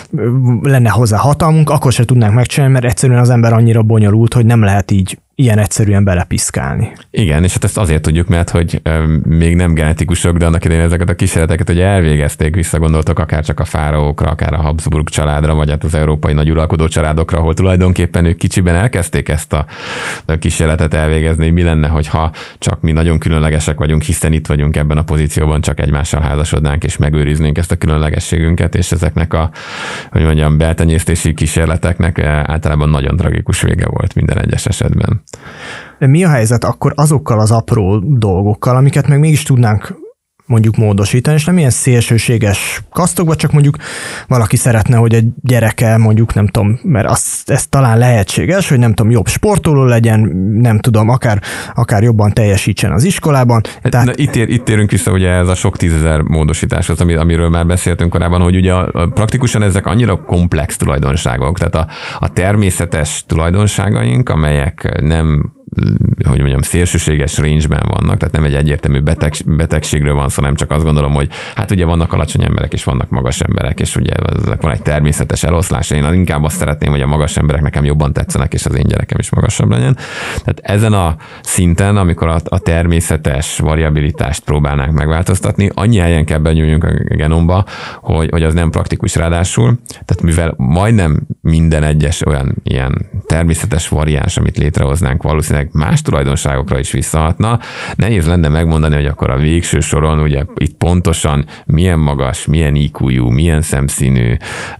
S1: lenne hozzá hatalmunk, akkor se tudnánk megcsinálni, mert egyszerűen az ember annyira bonyolult, hogy nem lehet így ilyen egyszerűen belepiszkálni.
S3: Igen, és hát ezt azért tudjuk, mert hogy még nem genetikusok, de annak idején ezeket a kísérleteket ugye elvégezték, visszagondoltok akár csak a fáraókra, akár a Habsburg családra, vagy hát az európai nagyuralkodó családokra, ahol tulajdonképpen ők kicsiben elkezdték ezt a kísérletet elvégezni, mi lenne, hogyha csak mi nagyon különlegesek vagyunk, hiszen itt vagyunk ebben a pozícióban, csak egymással házasodnánk, és megőriznénk ezt a különlegességünket, és ezeknek a, hogy mondjam, beltenyésztési kísérleteknek általában nagyon tragikus vége volt minden egyes esetben.
S1: De mi a helyzet akkor azokkal az apró dolgokkal, amiket meg mégis tudnánk mondjuk módosítani, és nem ilyen szélsőséges kasztokba, csak mondjuk valaki szeretne, hogy egy gyereke mondjuk, nem tudom, mert ez talán lehetséges, hogy nem tudom, jobb sportoló legyen, nem tudom, akár jobban teljesítsen az iskolában.
S3: Tehát... Itt érünk vissza ugye ez a sok tízezer módosításhoz, amiről már beszéltünk korábban, hogy ugye praktikusan ezek annyira komplex tulajdonságok, tehát a természetes tulajdonságaink, amelyek nem, hogy mondjam, szélsőséges range-ben vannak, tehát nem egy egyértelmű betegségről van szó, nem csak azt gondolom, hogy hát ugye vannak alacsony emberek, és vannak magas emberek, és ugye van egy természetes eloszlás. Én inkább azt szeretném, hogy a magas emberek nekem jobban tetszenek, és az én gyerekem is magasabb legyen. Tehát ezen a szinten, amikor a természetes variabilitást próbálnánk megváltoztatni, annyi helyen kell benyúljunk a genomba, hogy az nem praktikus ráadásul. Tehát mivel majdnem minden egyes olyan ilyen természetes variáns, amit létrehoznánk, valószínűleg más tulajdonságokra is visszahatna. Nehéz lenne megmondani, hogy akkor a végső soron ugye itt pontosan milyen magas, milyen IQ-jú, milyen szemszínű,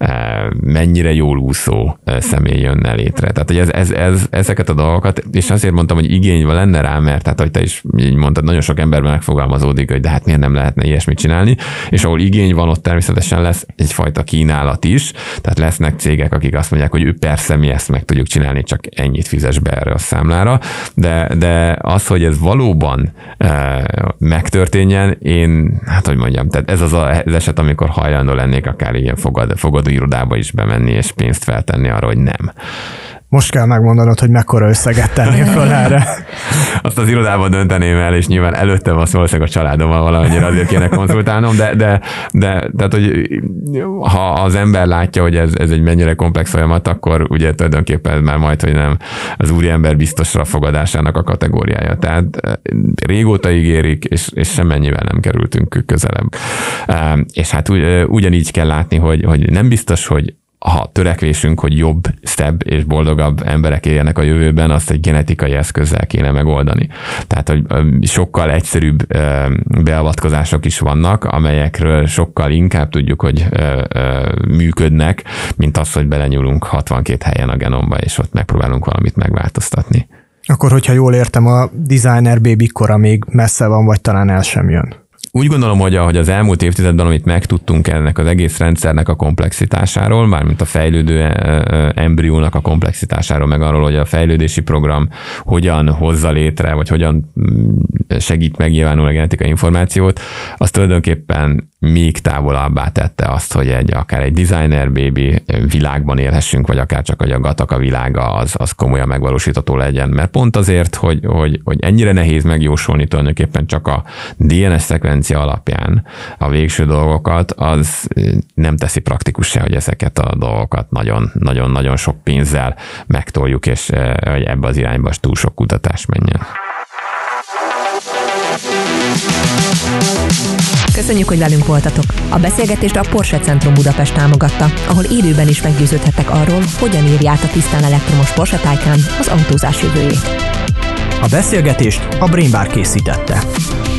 S3: mennyire jól úszó személy jönne létre. Tehát, hogy ezeket a dolgokat, és azért mondtam, hogy igény lenne rá, mert hát, ahogy te is így mondtad, nagyon sok emberben megfogalmazódik, hogy de hát miért nem lehetne ilyesmit csinálni, és ahol igény van, ott természetesen lesz egyfajta kínálat is, tehát lesznek cégek, akik azt mondják, hogy persze mi ezt meg tudjuk csinálni, csak ennyit fizes be erre a számlára, de az, hogy ez valóban megtörténjen, én, hát hogy mondjam, tehát ez az eset, amikor hajlandó lennék akár ilyen fogadóirodába is bemenni, és pénzt feltenni arra, hogy nem.
S1: Most kell megmondanod, hogy mekkora összeget tennél fel erre.
S3: Azt az irodában dönteném el, és nyilván előttem azt valószínűleg a családommal valamennyire azért kéne konzultálnom, de tehát, hogy ha az ember látja, hogy ez egy mennyire komplex folyamat, akkor ugye tulajdonképpen már majd, hogy nem az úriember biztosra fogadásának a kategóriája. Tehát régóta ígérik, és semmennyivel nem kerültünk közelebb. És hát ugyanígy kell látni, hogy nem biztos, hogy ha törekvésünk, hogy jobb, szebb és boldogabb emberek éljenek a jövőben, azt egy genetikai eszközzel kéne megoldani. Tehát, hogy sokkal egyszerűbb beavatkozások is vannak, amelyekről sokkal inkább tudjuk, hogy működnek, mint az, hogy belenyúlunk 62 helyen a genomba, és ott megpróbálunk valamit megváltoztatni.
S1: Akkor, hogyha jól értem, a designer baby kora még messze van, vagy talán el sem jön.
S3: Úgy gondolom, hogy az elmúlt évtizedben, amit megtudtunk ennek az egész rendszernek a komplexitásáról, mármint a fejlődő embriónak a komplexitásáról, meg arról, hogy a fejlődési program hogyan hozza létre, vagy hogyan segít megnyilvánulni a genetikai információt, az tulajdonképpen még távolabbá tette azt, hogy akár egy designer baby világban élhessünk, vagy akár csak, hogy a gataka világa az komolyan megvalósítható legyen. Mert pont azért, hogy ennyire nehéz megjósolni tulajdonképpen csak a DNS szekvencia alapján a végső dolgokat, az nem teszi praktikussá, hogy ezeket a dolgokat nagyon-nagyon sok pénzzel megtoljuk, és hogy ebbe az irányba túl sok kutatás menjen.
S2: Köszönjük, hogy velünk voltatok. A beszélgetést a Porsche Centrum Budapest támogatta, ahol élőben is meggyőződhettek arról, hogyan írja át a tisztán elektromos Porsche Taycan az autózás jövőjét.
S1: A beszélgetést a Brain Bar készítette.